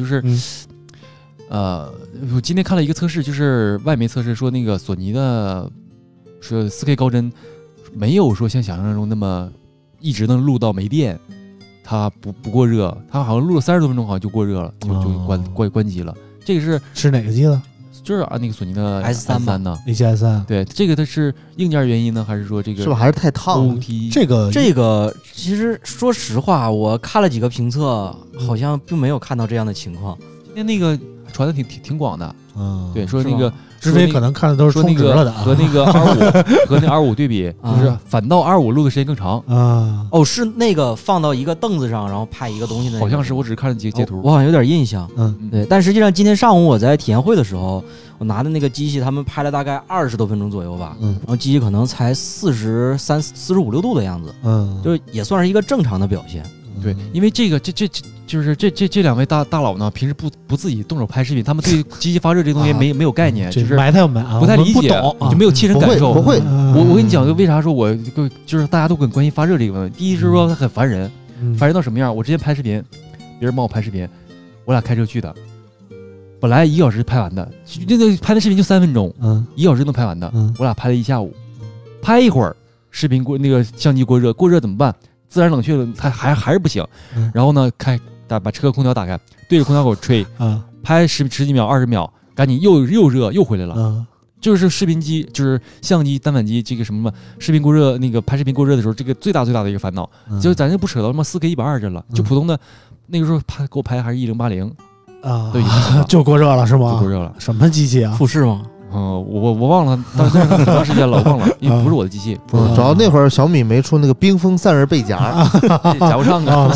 我今天看了一个测试，就是外媒测试说那个索尼的说 4K 高帧没有说像想象中那么一直能录到没电，它不过热，它好像录了30多分钟，好像就过热了，就关机了。这个是哪个机子？ 就是那个索尼的 S3 呢 ，A7S3。 对，这个它是硬件原因呢，还是说这个是不是还是太烫？ 这个其实说实话，我看了几个评测，好像并没有看到这样的情况。 今天那个传的挺广的，对，说那个志飞可能看的都是充值了的， 和那个25对比，就是反倒25录的时间更长啊。哦，是那个放到一个凳子上，然后拍一个东西的， 好像是，我只是看了几个截图， 我好像有点印象。对，但实际上今天上午我在体验会的时候，我拿的那个机器，他们拍了大概20多分钟左右吧，然后机器可能才43、45、6度的样子，就也算是一个正常的表现。 对，因为这两位大佬呢，平时不自己动手拍视频，他们对机器发热这东西没有概念，就是不太理解，就没有切身感受。 不会， 我跟你讲，为啥说我就是大家都很关心发热这个问题。第一是说它很烦人，烦人到什么样？我之前拍视频，别人帮我拍视频，我俩开车去的，本来1小时拍完的，那个拍的视频就3分钟，1小时能拍完的，我俩拍了一下午，拍一会儿，视频那个相机过热怎么办？自然冷却了，它还是不行。然后呢，把车空调打开，对着空调给我吹，拍十几秒、20秒，赶紧又热又回来了。就是视频机，就是相机单反机这个什么视频过热，那个拍视频过热的时候，这个最大的一个烦恼。就咱就不扯到什么4K 120帧了，就普通的那个时候给我拍还是1080 啊， 对， 就过热了是吗？ 就过热了， 什么机器啊？ 富士吗？ 我忘了，但是很长时间了，我忘了，因为不是我的机器。 主要那会儿小米没出那个冰封散热背夹， 夹不上啊。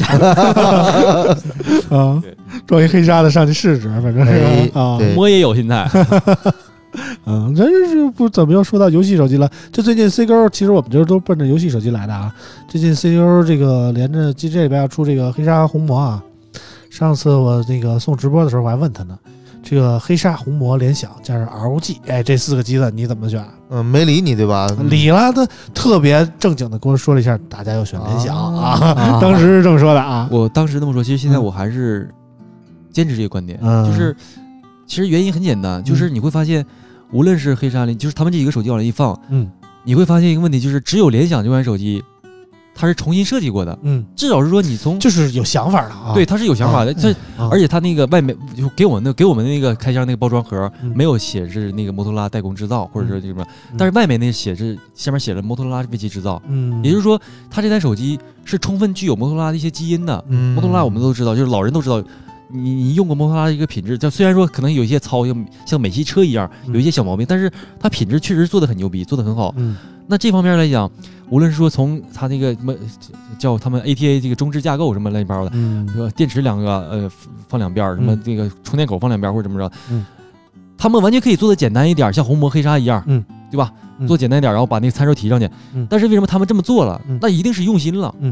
装一黑鲨的上去试试，反正是摸也有现在。 真是不怎么又说到游戏手机了。就最近 C 勾，其实我们就是都奔着游戏手机来的啊。最近 C 勾这个连着这里边要出这个黑鲨红魔啊。上次我那个送直播的时候，我还问他呢。这个黑鲨、红魔、联想加上 ROG， 这4个机子你怎么选？ 没理你对吧？ 理了，他特别正经的跟我说了一下，大家要选联想啊。当时是这么说的啊。 我当时这么说，其实现在我还是坚持这个观点，就是其实原因很简单，就是你会发现，无论是黑鲨就是他们这几个手机往那一放，你会发现一个问题，就是只有联想这款手机。它是重新设计过的，至少是说你从就是有想法的啊， 对，它是有想法的，而且它那个外面就给我们那个开箱那个包装盒没有写是那个摩托罗拉代工制造，或者说什么，但是外面那写是下面写了摩托罗拉为其制造，也就是说它这台手机是充分具有摩托罗拉的一些基因的，摩托罗拉我们都知道，就是老人都知道。你用过摩托罗拉的一个品质，虽然说可能有一些糙，像美系车一样有一些小毛病，但是它品质确实做得很牛逼，做得很好。那这方面来讲，无论是说从它那个什么叫他们 ATA 这个中置架构什么乱七八糟的，电池2个放两边，什么这个充电口放两边或者怎么着，他们完全可以做得简单一点，像红魔、黑鲨一样，对吧？做简单一点，然后把那个参数提上去。但是为什么他们这么做了？那一定是用心了。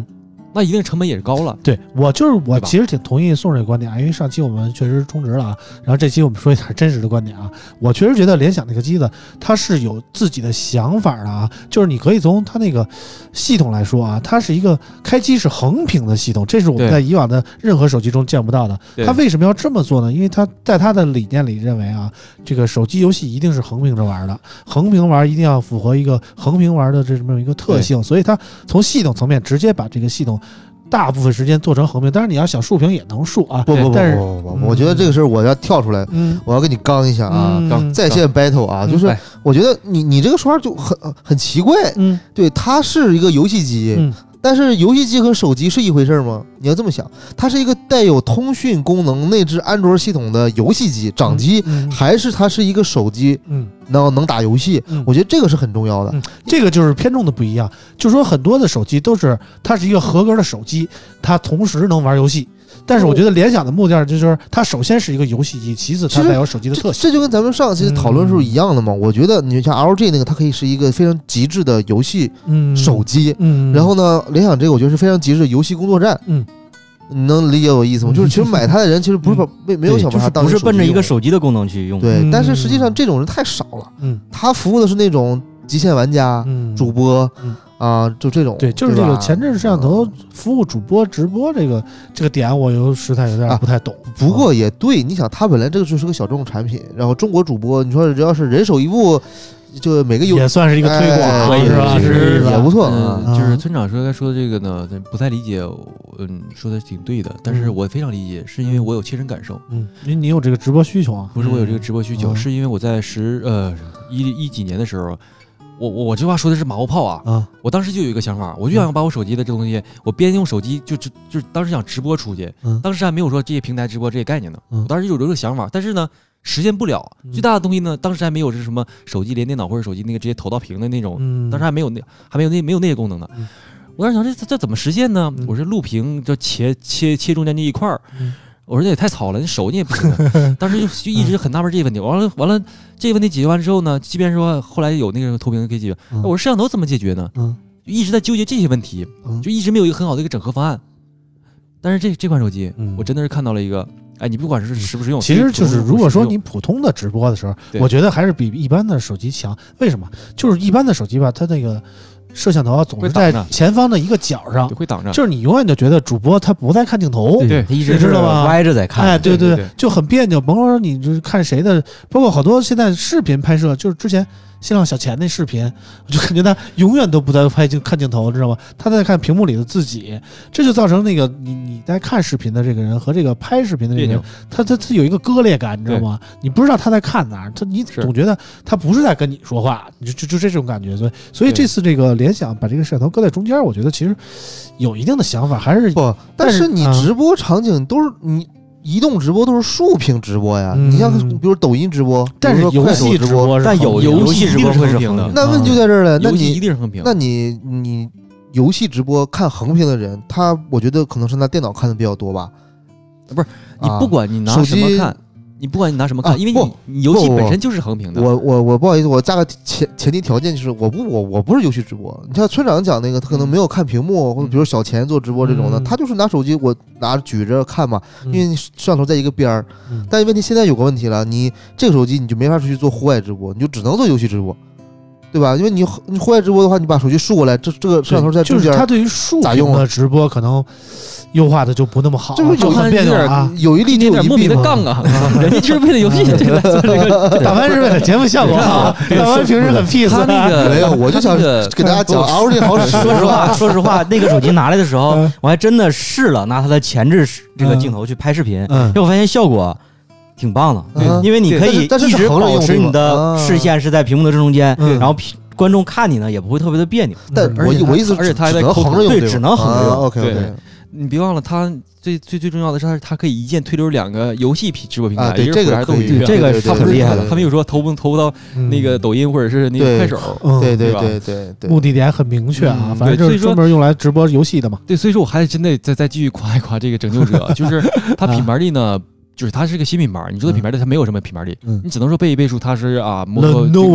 那一定成本也是高了。 对，我其实挺同意宋这个观点啊，因为上期我们确实充值了啊，然后这期我们说一点真实的观点啊，我确实觉得联想那个机子它是有自己的想法的啊，就是你可以从它那个系统来说啊，它是一个开机是横屏的系统，这是我们在以往的任何手机中见不到的。它为什么要这么做呢？因为它在它的理念里认为啊，这个手机游戏一定是横屏着玩的，横屏玩一定要符合一个横屏玩的这么一个特性，所以它从系统层面直接把这个系统大部分时间做成横屏，当然你要想竖屏也能竖啊。 不， 但是我觉得这个事儿我要跳出来，我要跟你刚一下啊，在线 battle 啊，就是我觉得你这个说法就很奇怪，对，它是一个游戏机，但是游戏机和手机是一回事吗？你要这么想，它是一个带有通讯功能、内置安卓系统的游戏机、掌机，还是它是一个手机，能打游戏？我觉得这个是很重要的。 这个就是偏重的不一样，就是说很多的手机都是它是一个合格的手机，它同时能玩游戏。但是我觉得联想的目的就是它首先是一个游戏机，其次它带有手机的特性。 这就跟咱们上期讨论时候一样的嘛。我觉得你像 LG 那个，它可以是一个非常极致的游戏手机，然后呢，联想这个我觉得是非常极致的游戏工作站，你能理解我意思吗？就是其实买它的人其实不是没有想把它当不是奔着一个手机的功能去用， 对。但是实际上这种人太少了，他服务的是那种极限玩家、主播。就这种， 对，就是这个前置摄像头服务主播直播这个点，我实在有点不太懂。 不过也对，你想，它本来这个就是个小众产品，然后中国主播，你说只要是人手一部，就每个也算是一个推广，是吧？ 其实也不错。 就是村长说的这个呢，不太理解，说的挺对的，但是我非常理解，是因为我有切身感受。 你有这个直播需求啊？ 不是我有这个直播需求，是因为我在一几年的时候。我这话说的是马后炮啊！我当时就有一个想法，我就想把我手机的这东西，我边用手机就是当时想直播出去，当时还没有说这些平台直播这些概念呢。我当时就有这个想法，但是呢实现不了。最大的东西呢，当时还没有是什么手机连电脑或者手机那个直接投到屏的那种，当时还没有那些功能呢。我当时想这怎么实现呢？我是录屏就切中间这一块儿。我说这也太糙了，你手你也不行。当时就一直很纳闷这个问题。完了，这个问题解决完之后呢，即便说后来有那个投屏可以解决，我说摄像头怎么解决呢？就一直在纠结这些问题，就一直没有一个很好的一个整合方案。但是这款手机，我真的是看到了一个，你不管是实不实用， 其实就是如果说你普通的直播的时候，我觉得还是比一般的手机强。为什么？就是一般的手机吧，它那个摄像头总是在前方的一个角上， 会挡着， 就是你永远就觉得主播他不在看镜头， 对， 他一直知道吗？歪着在看， 对，就很别扭。甭说你就是看谁的，包括好多现在视频拍摄，就是之前新浪小钱那视频，我就感觉他永远都不在看镜头，知道吗？他在看屏幕里的自己，这就造成那个你在看视频的这个人和这个拍视频的这个人，他有一个割裂感，你知道吗？你不知道他在看哪儿，你总觉得他不是在跟你说话，就这种感觉。所以这次这个联想把这个摄像头搁在中间，我觉得其实有一定的想法，还是不？但是你直播场景都是你。移动直播都是竖屏直播呀，你像比如抖音直播， 但是游戏直播， 但有游戏直播会是横屏的。 那问题就在这儿了，那你一定是横屏。 那你游戏直播看横屏的人，我觉得可能是拿电脑看的比较多吧？ 不是，你不管你拿什么看。你不管你拿什么看，因为你游戏本身就是横屏的。 我不好意思，我加个前提条件就是我不是游戏直播。你像村长讲那个，他可能没有看屏幕，或者比如小钱做直播这种的，他就是拿手机我拿着举着看嘛，因为摄像头在一个边儿。但问题现在有个问题了，你这个手机你就没法去做户外直播，你就只能做游戏直播。对吧？因为你户外直播的话，你把手机竖过来，这个摄像头在中间， 就是它对于竖屏的直播可能优化的就不那么好， 就是有一例就有一莫名的杠啊！人家就是为了游戏这个， 打完是为了节目效果好，打完平时很 peace。 他那个没有，我就想给大家讲 LG 好使。 说实话，那个手机拿来的时候，我还真的试了拿它的前置这个镜头去拍视频，结果发现效果挺棒的，因为你可以一直保持你的视线是在屏幕的正中间，然后观众看你呢也不会特别的别扭。 但我意思， 而且它还在横着用， 对，只能横着用。 OK， 你别忘了，它最重要的是它可以一键推流2个游戏直播平台， 对，这个可以， 这个它很厉害的。 他没有说投不到那个抖音或者是那个快手， 对吧？ 对， 目的点很明确啊，反正就是专门用来直播游戏的嘛。 对，所以说我还真的再继续夸一夸这个拯救者，就是它品牌力呢。就是它是个新品牌，你说的品牌力它没有什么品牌力，你只能说背一背书，它是摩托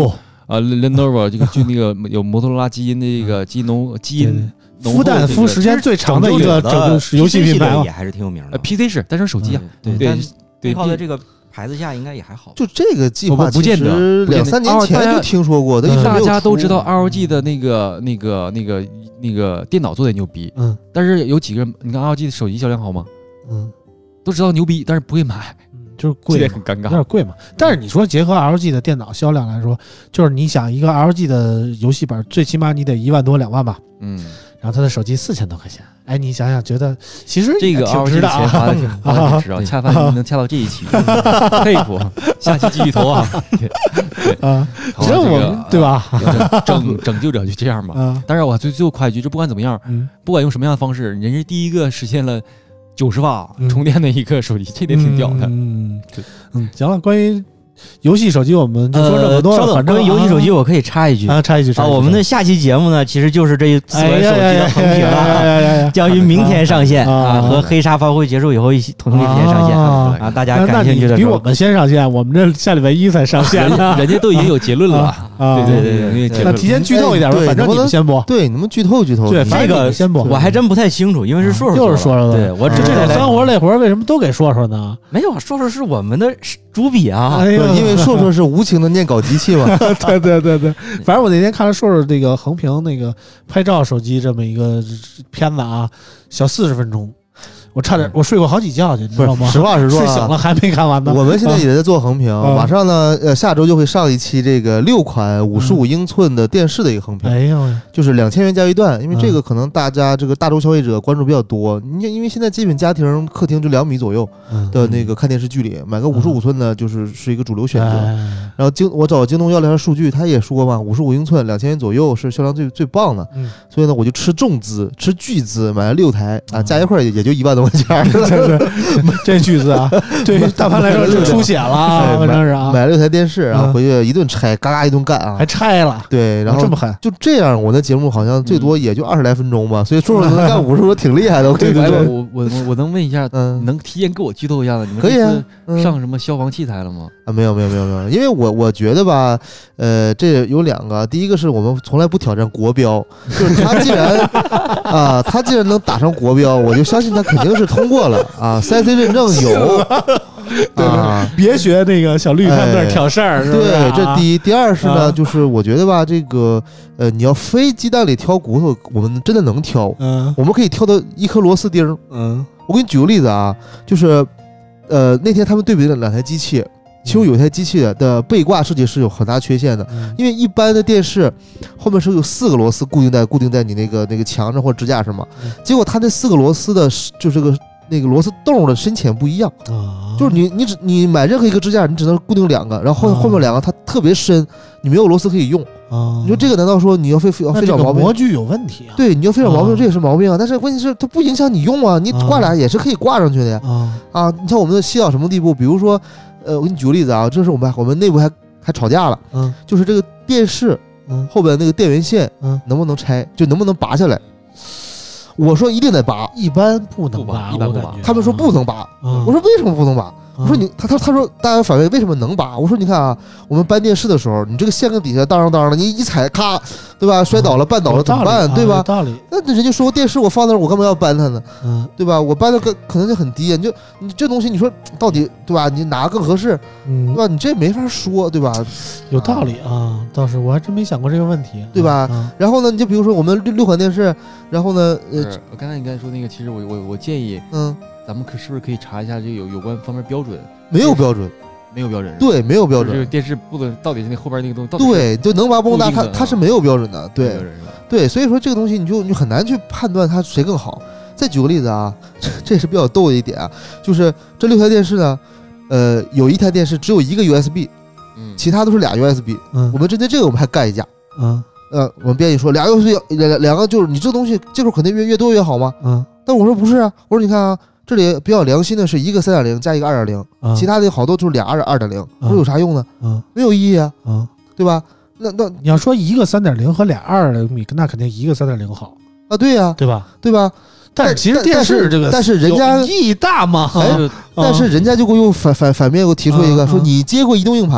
Lenovo 这个就那个有摩托罗拉基因的这个基因孵蛋孵时间最长的一个整个游戏品牌也还是挺有名的。 PC 是，但是手机啊，对， 背靠在这个牌子下应该也还好。 就这个计划不见得 2-3年前就听说过的， 大家都知道 ROG 的那个电脑做的牛逼，但是有几个人，你看 ROG 的手机销量好吗？都知道牛逼，但是不会买。 就是贵， 很尴尬， 有点贵嘛。但是你说结合 LG 的电脑销量来说，就是你想一个 LG 的游戏本，最起码你得1万多2万吧。然后他的手机4000多块钱，哎，你想想，觉得其实这个挺值的啊，花的挺值啊。恰饭能恰到这一期，佩服。下期继续投啊。 其实我们对吧？ 拯救者就这样吧。当然我最后夸一句，就不管怎么样，不管用什么样的方式，人是第一个实现了90瓦充电的一个手机，这点挺屌的。 行了，关于游戏手机我们就说这么多。 稍等，关于游戏手机我可以插一句啊，插一句。 我们的下期节目呢，其实就是这4款手机的横评啊，将于明天上线啊，和黑鲨发布会结束以后同一天上线啊。大家感兴趣的， 比我们先上线，我们这下礼拜1才上线呢。 人家都已经有结论了。对， 那提前剧透一点吧，反正你们先播。 对，你们剧透。 对，这个先播。 我还真不太清楚，因为是硕就是说了。 对，我这种酸活累活为什么都给硕硕呢？ 没有，硕硕是我们的主笔啊。 因为硕硕是无情的念稿机器嘛。 对，反正我那天看了硕硕这个横屏那个拍照手机这么一个片子啊，小40分钟。我差点，我睡过好几觉去，你知道吗？ 实话实说， 睡醒了还没看完呢。 我们现在也在做横屏，马上呢，下周就会上一期这个6款55英寸的电视的一个横屏。 哎呦，就是 2000元加一段，因为这个可能大家这个大众消费者关注比较多。因为现在基本家庭客厅就2米左右的那个看电视距离，买个55寸的是一个主流选择。然后我找京东要了一下数据，他也说嘛，55英寸2000元左右是销量最棒的。所以呢，我就吃重资，吃巨资，买了6台啊，加一块也就1万多块钱。 这巨资啊，对于大潘来说就出血了，反正是啊。 买了6台电视啊，回去一顿拆，嘎嘎一顿干啊， 还拆了。 对，然后这么狠， 就这样，我的节目好像最多也就20来分钟吧，所以硕硕能干50多挺厉害的。 对，我能问一下，能提前给我剧透一下子？你们可以啊。 上什么消防器材了吗？ 啊，没有，因为我觉得吧，这有2个，第一个是我们从来不挑战国标，就是他既然能打上国标，我就相信他肯定是通过了啊。3C 认证有。 对，别学那个小绿他们那儿挑事儿。 对，这第一。第二是呢，就是我觉得吧，这个你要非鸡蛋里挑骨头，我们真的能挑。我们可以挑到一颗螺丝钉。我给你举个例子啊，就是那天他们对比了2台机器，其中有一台机器的背挂设计是有很大缺陷的，因为一般的电视后面是有4个螺丝固定在你那个墙上或者支架上嘛，结果它那4个螺丝的就这个。那个螺丝洞的深浅不一样就是你买任何一个支架，你只能固定2个，然后后面2个它特别深，你没有螺丝可以用你说这个难道说你要非找毛病？ 模具有问题啊？ 对，你要非找毛病，这也是毛病啊。但是关键是它不影响你用啊，你挂俩也是可以挂上去的呀。你像我们的细到什么地步？比如说，我给你举个例子啊，这是我们内部还吵架了，就是这个电视后边那个电源线能不能拆，就能不能拔下来？我说一定得拔， 一般不能拔， 一般不拔。 他们说不能拔，我说为什么不能拔？我说他说大家反问为什么能拔？我说你看啊，我们搬电视的时候，你这个线跟底下当的，你一踩咔，对吧？摔倒了绊倒了怎么办？对吧？ 道理。 那人家说电视我放那儿，我干嘛要搬它呢？对吧？我搬的可能性很低，你这东西你说到底对吧？你哪个更合适？对吧？你这没法说，对吧？ 有道理啊，倒是我还真没想过这个问题， 对吧？然后呢，你就比如说我们6款电视，然后呢， 我刚才你说那个，其实我建议，咱们是不是可以查一下这个有关方面标准？ 没有标准， 没有标准。 对，没有标准。 就是电视不能到底是那后边那个东西， 对，就能拔不能拔，它是没有标准的。对，所以说这个东西你就很难去判断它谁更好。再举个例子啊，这是比较逗的一点啊，就是这6台电视呢，有1台电视只有1个 USB，其他都是俩 USB。我们针对这个我们还干一架。我们编辑说俩 USB 两个就是你这东西接口肯定越多越好吗？但我说不是啊，我说你看啊。这里比较良心的是一个 3.0 加一个 2.0，其他的好多就是俩2.0，我说有啥用呢？没有意义啊，对吧？那你要说一个 3.0 和俩2.0米，那肯定一个 3.0 好啊，对呀， 对吧？ 对吧？ 但是其实电视这个， 但是人家意义大吗？ 但是人家就给我反面给我提出一个，说你接过移动硬盘吗？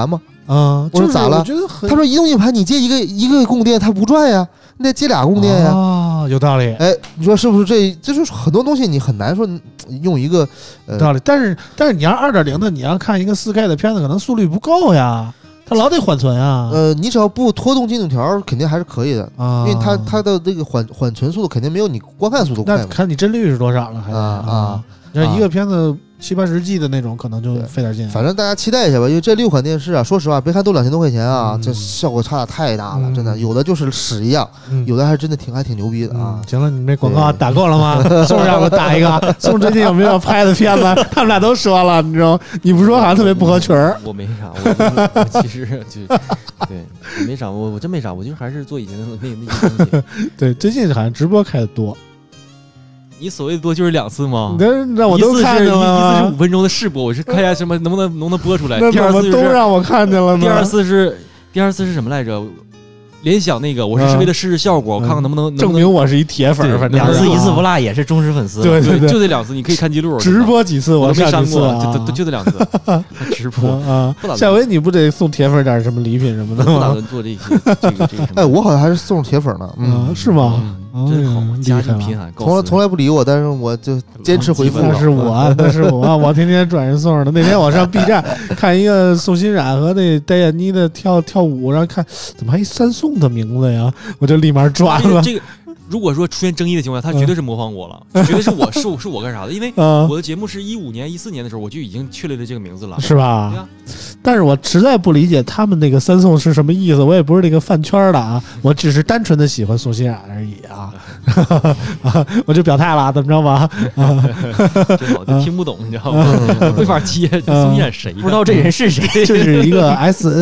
啊， 我说咋了？他说移动硬盘你接一个供电它不转呀，你得接俩供电呀。 啊，有道理。 哎，你说是不是？这就是很多东西你很难说用一个道理。但是你要2.0的，你要看一个4K 的片子，可能速率不够呀。它老得缓存啊， 你只要不拖动进度条，肯定还是可以的啊，因为它的这个缓存速度肯定没有你观看速度快。 那看你帧率是多少了，还是你要一个片子70-80G 的那种，可能就费点劲。 反正大家期待一下吧，因为这6款电视啊，说实话，别看都2000多块钱啊，这效果差的太大了，真的，有的就是屎一样，有的还真的还挺牛逼的啊。 行了，你这广告打够了吗？宋让我打一个。宋最近有没有拍的片子？他们俩都说了，你知道？你不说好像特别不合群儿。 我没啥，我其实就对，没啥，我真没啥，我就还是做以前的那些东西。 对，最近好像直播开的多。 你所谓的多就是2次吗？ 那我都看见了。 一次是5分钟的试播，我是看一下什么能不能播出来。 那怎么都让我看见了呢？ 第二次是什么来着？联想那个，我是为了试试效果，我看看能不能证明我是一铁粉。反正 2次1次不落也是忠实粉丝。 对， 就这2次，你可以看记录。 直播几次我没删过，就这2次直播啊。下回你不得送铁粉点什么礼品什么的吗？ 不打算做这些。 哎，我好像还是送铁粉呢。 是吗？ 真好，家境贫寒， 从来不理我，但是我就坚持回复。 那是我，我天天转人送的。那天我上 B 站看一个宋欣冉和那戴燕妮的跳舞，然后看怎么还3宋的名字呀，我就立马转了。 这个如果说出现争议的情况下，他绝对是模仿我了，绝对是我干啥的？因为我的节目是15年、14年的时候，我就已经确立了这个名字了， 是吧？ 对啊。 但是我实在不理解他们那个3宋是什么意思，我也不是这个饭圈的啊，我只是单纯的喜欢宋欣冉而已啊，我就表态了，怎么着吧？ 真好，就听不懂，你知道吗？没法接，宋欣冉谁？ 不知道这人是谁？ 这是一个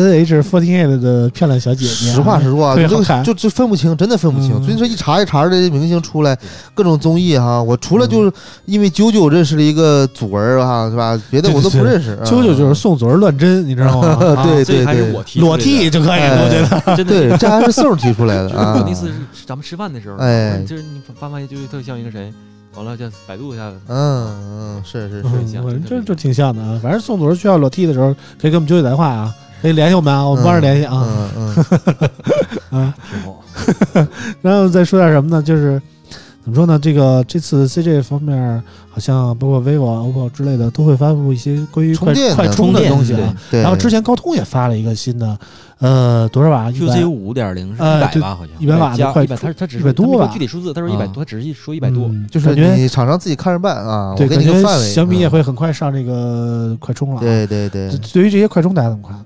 SNH48 的漂亮小姐姐。 实话实说啊，就分不清，真的分不清。最近这一茬这些明星出来，各种综艺哈，我除了就是因为啾认识了一个祖儿哈，是吧？别的我都不认识。 啾就是宋祖儿乱真，你知道吗？ 对， 还是我提裸替就可以了，我觉得。 真的，这还是宋提出来的啊。 我那次是咱们吃饭的时候，就是你发现就特像一个谁，完了叫百度一下子。 是， 这挺像的啊。反正宋祖儿需要裸替的时候，可以跟我们啾打电话啊，可以联系我们啊，我们帮着联系啊。 挺好。 然后再说点什么呢？就是怎么说呢？这次 CJ 方面好像包括 vivo、OPPO 之类的都会发布一些关于快充的东西啊。然后之前高通也发了一个新的，多少瓦 ？QC 5.0是100瓦，好像 100瓦的快， 它只是 100多吧？ 具体数字他说100多，他只是说100多， 就是感觉你厂商自己看着办啊。 对， 给你个范围。 小米也会很快上这个快充了。 对。 对于这些快充，大家怎么看？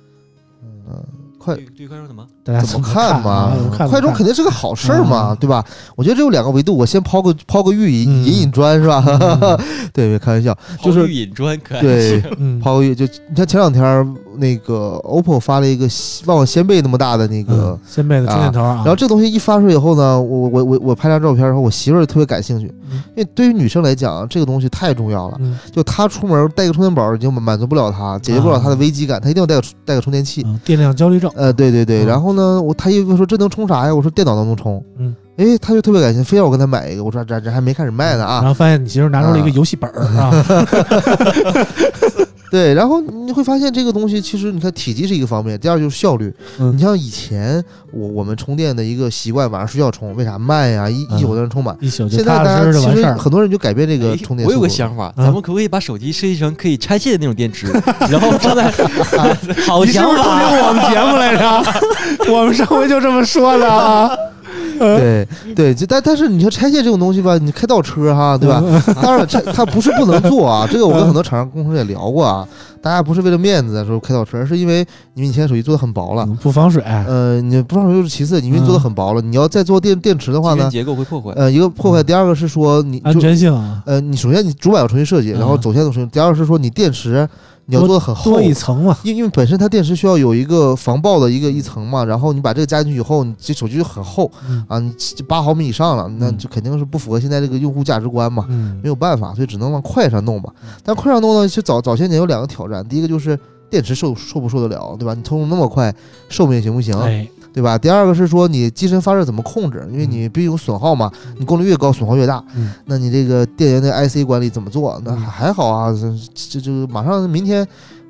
对快充怎么？ 大家怎么看嘛？快充肯定是个好事嘛，对吧？我觉得这有2个维度，我先抛个玉引砖是吧？对，开玩笑，就是引砖可爱。 对，抛个玉就你看前2天那个 OPPO 发了一个旺仙贝那么大的那个仙贝的充电头啊， 然后这东西一发出以后呢，我拍张照片，然后我媳妇儿特别感兴趣，因为对于女生来讲，这个东西太重要了。就她出门带个充电宝已经满足不了她，解决不了她的危机感，她一定要带个充电器。 电量焦虑症。 对。然后呢，她一问说这能充啥呀？我说电脑都能充。她就特别感兴趣，非要我跟她买一个。我说这还没开始卖呢啊。 然后发现你媳妇拿出了一个游戏本啊。 对，然后你会发现这个东西其实你看体积是一个方面，第二就是效率。你像以前我们充电的一个习惯，晚上睡觉充，为啥慢呀？一宿就能充满。 现在大家其实很多人就改变这个充电速度。 我有个想法，咱们可不可以把手机设计成可以拆卸的那种电池，然后放在好想法。 你是不是偷听我们节目来着？我们上回就这么说的啊。 对，但是你说拆卸这种东西吧，你开倒车哈，对吧？当然它不是不能做啊，这个我跟很多厂商工程师也聊过啊。大家不是为了面子说开倒车，是因为你现在手机做的很薄了， 不防水。 你不防水就是其次，你因为做的很薄了，你要再做电池的话呢， 结构会破坏。 一个破坏，第二个是说你安全性啊。 你首先你主板要重新设计，然后走线重新。第二个是说你电池。你要做的很厚， 多一层嘛， 因为本身它电池需要有一个防爆的一层嘛，然后你把这个加进去以后，你这手机就很厚啊，你8毫米以上了，那就肯定是不符合现在这个用户价值观嘛，没有办法，所以只能往快上弄嘛。但快上弄呢，其实早些年有2个挑战，第一个就是电池受不受得了，对吧？你充那么快，寿命行不行？对吧？第二个是说你机身发热怎么控制，因为你毕竟有损耗嘛，你功率越高损耗越大，那你这个电源的 IC 管理怎么做？那还好啊，这马上明天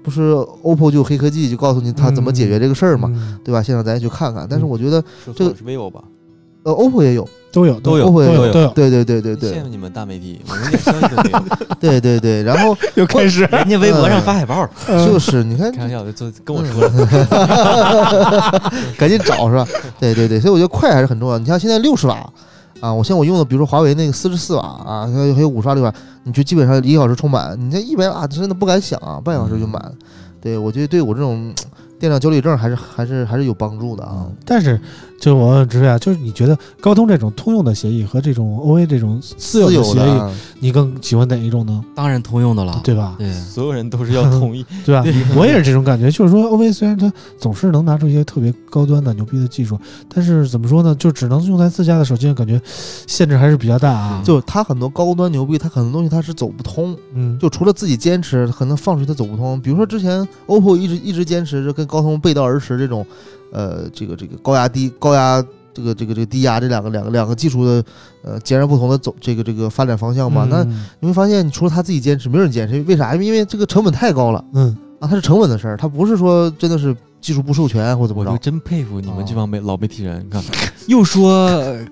不是 OPPO 就有黑科技，就告诉你它怎么解决这个事儿嘛，对吧？现在咱也去看看。但是我觉得这个是 vivo 吧 ，OPPO 也有。 都有 ，OPPO 也有，对， 羡慕你们大媒体，我们一点消息都没有。对，然后又开始人家微博上发海报， 就是你看， 开玩笑的，跟我说了， 赶紧找是吧？对，所以我觉得快还是很重要。你像现在60瓦啊，我用的，比如说华为那个44瓦啊，还有50瓦6瓦，你就基本上1个小时充满，你这100瓦真的不敢想啊，半小时就满。对，我觉得对我这种电量焦虑症还是有帮助的啊。 但是就我直说啊，就是你觉得高通这种通用的协议和这种 OA 这种私有的协议，你更喜欢哪一种呢？ 当然通用的了， 对吧？ 对， 所有人都是要统一， 对吧？我也是这种感觉，就是说 OA 虽然它总是能拿出一些特别高端的牛逼的技术，但是怎么说呢，就只能用在自家的手机上，感觉限制还是比较大啊。 就它很多高端牛逼，它很多东西它是走不通，就除了自己坚持，可能放出去它走不通。比如说之前 OPPO 一直坚持着跟高通背道而驰这种，这个高压这个低压这两个技术的截然不同的走这个发展方向嘛。那你会发现，除了他自己坚持，没有人坚持，为啥？因为这个成本太高了。它是成本的事儿，它不是说真的是技术不授权或者怎么着。 我就真佩服你们这帮老媒体人，你看，又说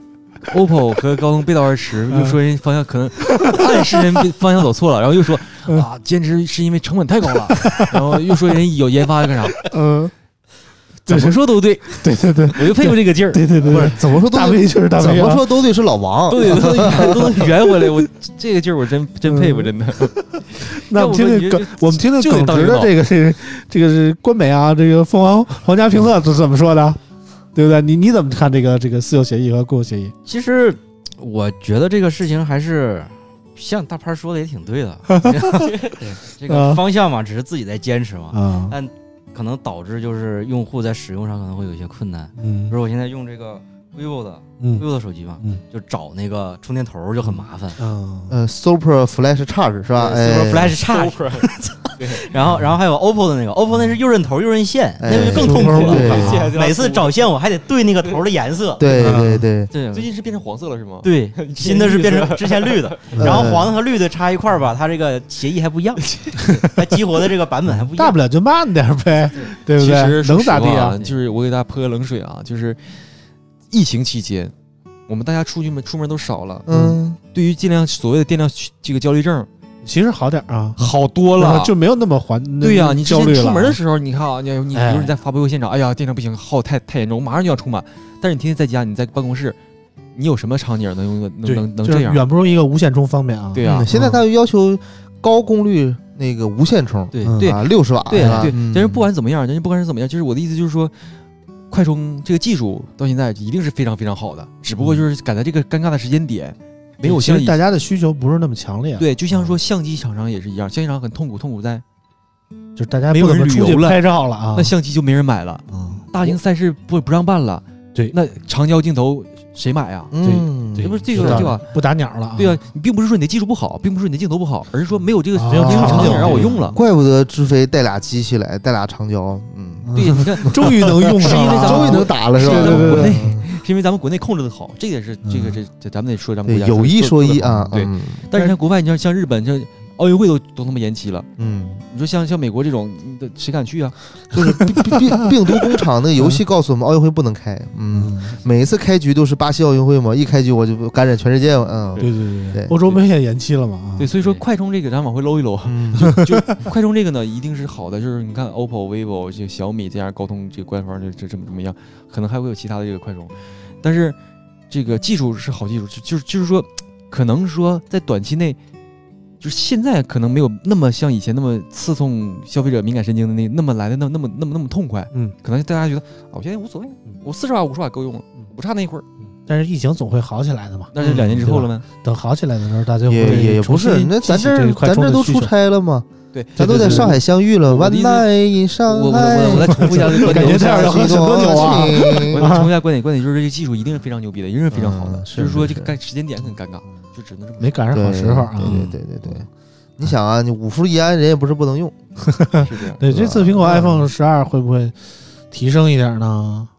OPPO 和高通背道而驰，又说人方向可能暗示人方向走错了，然后又说坚持是因为成本太高了，然后又说人有研发干啥？怎么说都对， 对， 我就佩服这个劲儿。 对， 不是怎么说都对，就是大 V， 怎么说都对是老王， 都能圆回来。我这个劲儿我真佩服，真的。 那我们听听耿直的这个是官媒啊，这个凤凰皇家评测怎么说的，对不对？你怎么看这个私有协议和公有协议？ 其实我觉得这个事情还是像大潘说的也挺对的，这个方向嘛，只是自己在坚持嘛，但可能导致就是用户在使用上可能会有一些困难。比如我现在用这个 vivo 的手机嘛，就找那个充电头就很麻烦。 Super Flash Charge 是吧 ？Super Flash Charge。然后还有 OPPO 的那个 ，OPPO 那是又认头又认线，那个就更痛苦了。每次找线我还得对那个头的颜色。 对。 最近是变成黄色了是吗？ 对，新的是变成之前绿的，然后黄的和绿的插一块吧，它这个协议还不一样，它激活的这个版本还不一样。 大不了就慢点呗，对不对？ 其实能咋地啊？ 就是我给大家泼个冷水啊，就是疫情期间，我们大家出门都少了，对于所谓的电量这个焦虑症。 其实好点啊， 好多了， 就没有那么对呀，你焦虑了。 出门的时候，你看啊，你比如你在发布会现场，哎呀，电量不行，耗太严重，我马上就要充满。但是你天天在家，你在办公室，你有什么场景能这样？ 远不如一个无线充方便啊。 对呀， 现在它要求高功率那个无线充， 对 60瓦， 对。但是不管怎么样，就是我的意思就是说，快充这个技术到现在一定是非常非常好的，只不过就是赶在这个尴尬的时间点。没有像大家的需求不是那么强烈， 对，就像说相机厂商也是一样，相机厂很痛苦在， 就是大家没有人出去拍照了啊， 那相机就没人买了，大型赛事不让办了， 对， 那长焦镜头谁买啊？ 对， 这不是这个对吧？ 不打鸟了， 对啊，你并不是说你的技术不好，并不是说你的镜头不好，而是说没有这个场景让我用了。 怪不得知飞带俩机器来，带俩长焦， 对，你看， 终于能用上了， 终于能打了，是吧？ 对。 是因为咱们国内控制的好，这点是这咱们得说咱们国家有一说一啊， 对。但是你看国外，你像日本，像奥运会都他妈延期了，你说像美国这种，谁敢去啊？ 就是病毒工厂那个游戏告诉我们，奥运会不能开，每一次开局都是巴西奥运会嘛，一开局我就感染全世界嘛， 对，欧洲杯也延期了嘛， 对，所以说快充这个咱往回搂一搂，就快充这个呢一定是好的，就是你看 OPPO、vivo 这个小米这样高通这个官方这么样，可能还会有其他的这个快充，但是这个技术是好技术，就是说可能说在短期内。就是现在可能没有那么像以前那么刺痛消费者敏感神经的那么来的那么痛快，可能大家觉得我现在无所谓，我40瓦50瓦够用了，不差那一会儿。 但是疫情总会好起来的嘛。 那是2年之后了吗？ 等好起来的时候，大家也不是，那咱这都出差了吗？ 对， 咱都在上海相遇了。One night in 上海。 我再重复一下这个观点， 感觉这样要喝很多酒啊！ 我重复一下观点就是这个技术一定是非常牛逼的，一定是非常好的，就是说这个时间点很尴尬，就只能这么没赶上好时候啊。 对。你想啊，你五伏一安，人也不是不能用， 是这样。 对，这次苹果 iPhone 12会不会提升一点呢？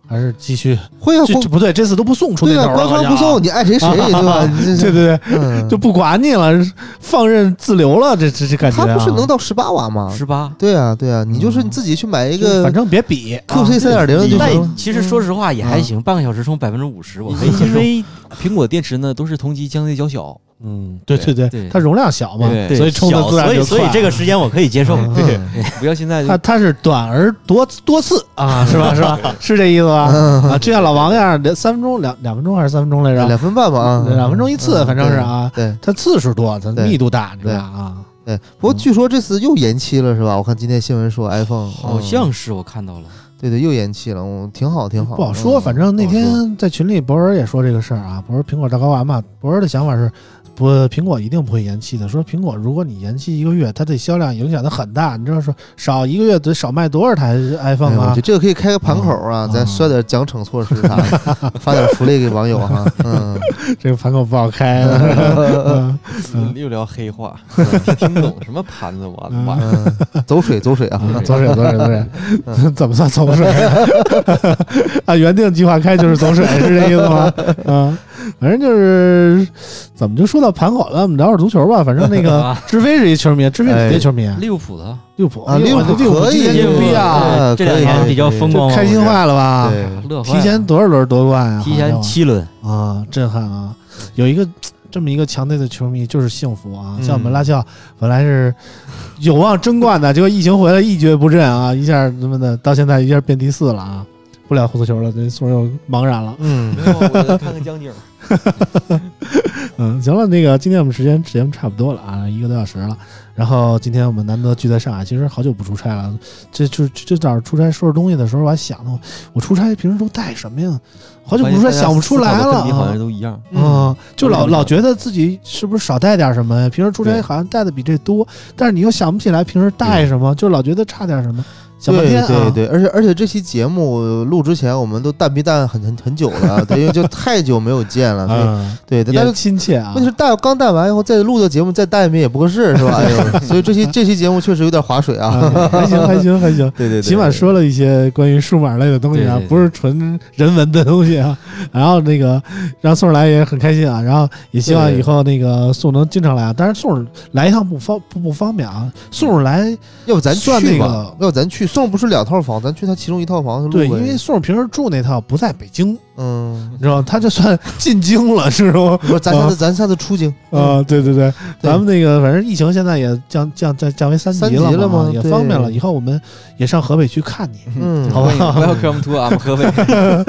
还是继续会啊？ 不对，这次都不送出那头了， 官方不送，你爱谁谁，对吧？ 对对对，就不管你了，放任自流了，这感觉。 它不是能到18瓦吗 ？18。 对啊，对啊，你就是你自己去买一个， 反正别比 QC 3.0就行。 其实说实话也还行，半个小时充50%，我可以接受。 因为苹果电池呢都是同级相对较小。 对对对，它容量小嘛，所以充的自然就快。 所以这个时间我可以接受。 对，不要现在它是短而多次啊，是吧？是吧？是这意思吧？啊，就像老王样，3分钟2分钟还是3分钟来着？2 分半吧啊 ，2分钟一次，反正是啊。 对， 它次数多，它密度大，对吧？啊。 对，不过据说这次又延期了，是吧？我看今天新闻说 iPhone 好像是我看到了。 对，又延期了，挺好，挺好。 不好说，反正那天在群里博尔也说这个事儿啊，博尔苹果大睾丸嘛，博尔的想法是。苹果一定不会延期的。说苹果如果你延期1个月，它对销量影响的很大。你知道说少1个月得少卖多少台 iPhone 啊？ 我觉得这个可以开个盘口啊，咱设点奖惩措施啥的，发点福利给网友哈。 这个盘口不好开。 又聊黑话，听不懂什么盘子，我的妈！ 走水啊，走水， 怎么算走水？按原定计划开就是走水，是这意思吗？反正就是怎么就说到盘口了，我们聊会儿足球吧。反正那个志飞是一球迷，志飞哪队球迷？ 利物浦的。 利物浦可以牛逼啊！ 这2年比较风光， 开心坏了吧？ 乐坏。 提前多少轮夺冠啊？ 提前7轮啊，震撼啊！有一个这么一个强队的球迷就是幸福啊！像我们拉教本来是有望争冠的，结果疫情回来一蹶不振啊，一下什么的，到现在一下变第4了啊！不聊足球了，这宋又茫然了。 没有，我看看江景。 行了，那个今天我们时间差不多了啊，1个多小时了。然后今天我们难得聚在上海，其实好久不出差了。这早上出差收拾东西的时候，我还想呢，我出差平时都带什么呀？好久不出差，想不出来了。 你好像都一样， 就老觉得自己是不是少带点什么呀？平时出差好像带的比这多，但是你又想不起来平时带什么，就老觉得差点什么。 对，而且这期节目录之前，我们都淡逼淡很久了，对，因为就太久没有见了，对，但是亲切啊。 问题是刚淡完以后再录的节目再淡一遍也不合适，是吧？哎呦，所以这期节目确实有点划水啊。 还行， 对， 起码说了一些关于数码类的东西啊，不是纯人文的东西啊。然后那个让宋来也很开心啊，然后也希望以后那个宋能经常来啊。当然宋来一趟不方便啊，宋来要不咱算那个， 要咱去。宋不是2套房，咱去他其中1套房。 对，因为宋平时住那套不在北京，你知道他这算进京了，是吗？ 不是，咱下次出京啊！对，咱们那个反正疫情现在也降为3级了嘛，也方便了。以后我们也上河北去看你，好吧 ？Welcome to 俺们河北。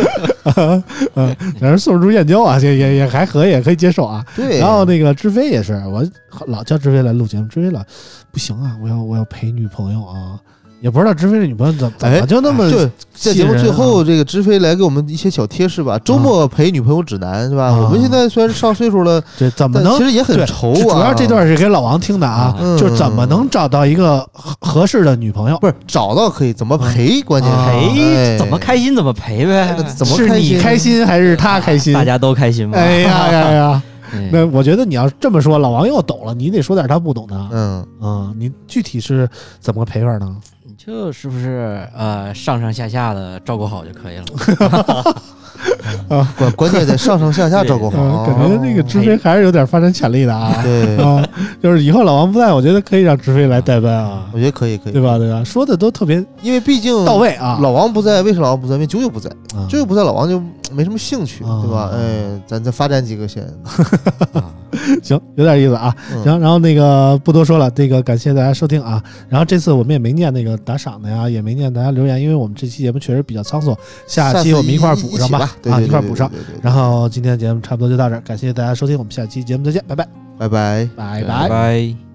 反正宋住燕郊啊，也还可以，也可以接受啊。 对。 然后那个知飞也是，我老叫知飞来录节目，知飞了不行啊，我要陪女朋友啊。也不知道知飞的女朋友怎么就那么在节目最后，这个知飞来给我们一些小贴士吧。周末陪女朋友指南是吧？我们现在虽然上岁数了， 对，怎么能其实也很愁啊。 主要这段是给老王听的啊，就是怎么能找到一个合适的女朋友？ 不是找到可以，怎么陪？关键陪怎么开心怎么陪呗？ 怎么是你开心还是他开心？ 大家都开心吗？ 哎呀！那我觉得你要这么说，老王又懂了，你得说点他不懂的。你具体是怎么个陪法呢？ 就是不是上下的照顾好就可以了。 关键得上下照顾好。 感觉那个知飞还是有点发展潜力的啊。 对就是以后老王不在，我觉得可以让知飞来代班啊。 我觉得可以， 对吧？说的都特别， 因为毕竟到位啊。 老王不在，为什么老王不在？因为啾啾不在，啾啾不在，老王就没什么兴趣，对吧？咱再发展几个先。 行，有点意思啊。行，然后那个不多说了，这个感谢大家收听啊。然后这次我们也没念那个打赏的呀，也没念大家留言，因为我们这期节目确实比较仓促，下期我们一块补上吧，一块补上。然后今天的节目差不多就到这儿，感谢大家收听，我们下期节目再见，拜拜， 拜拜， 拜拜。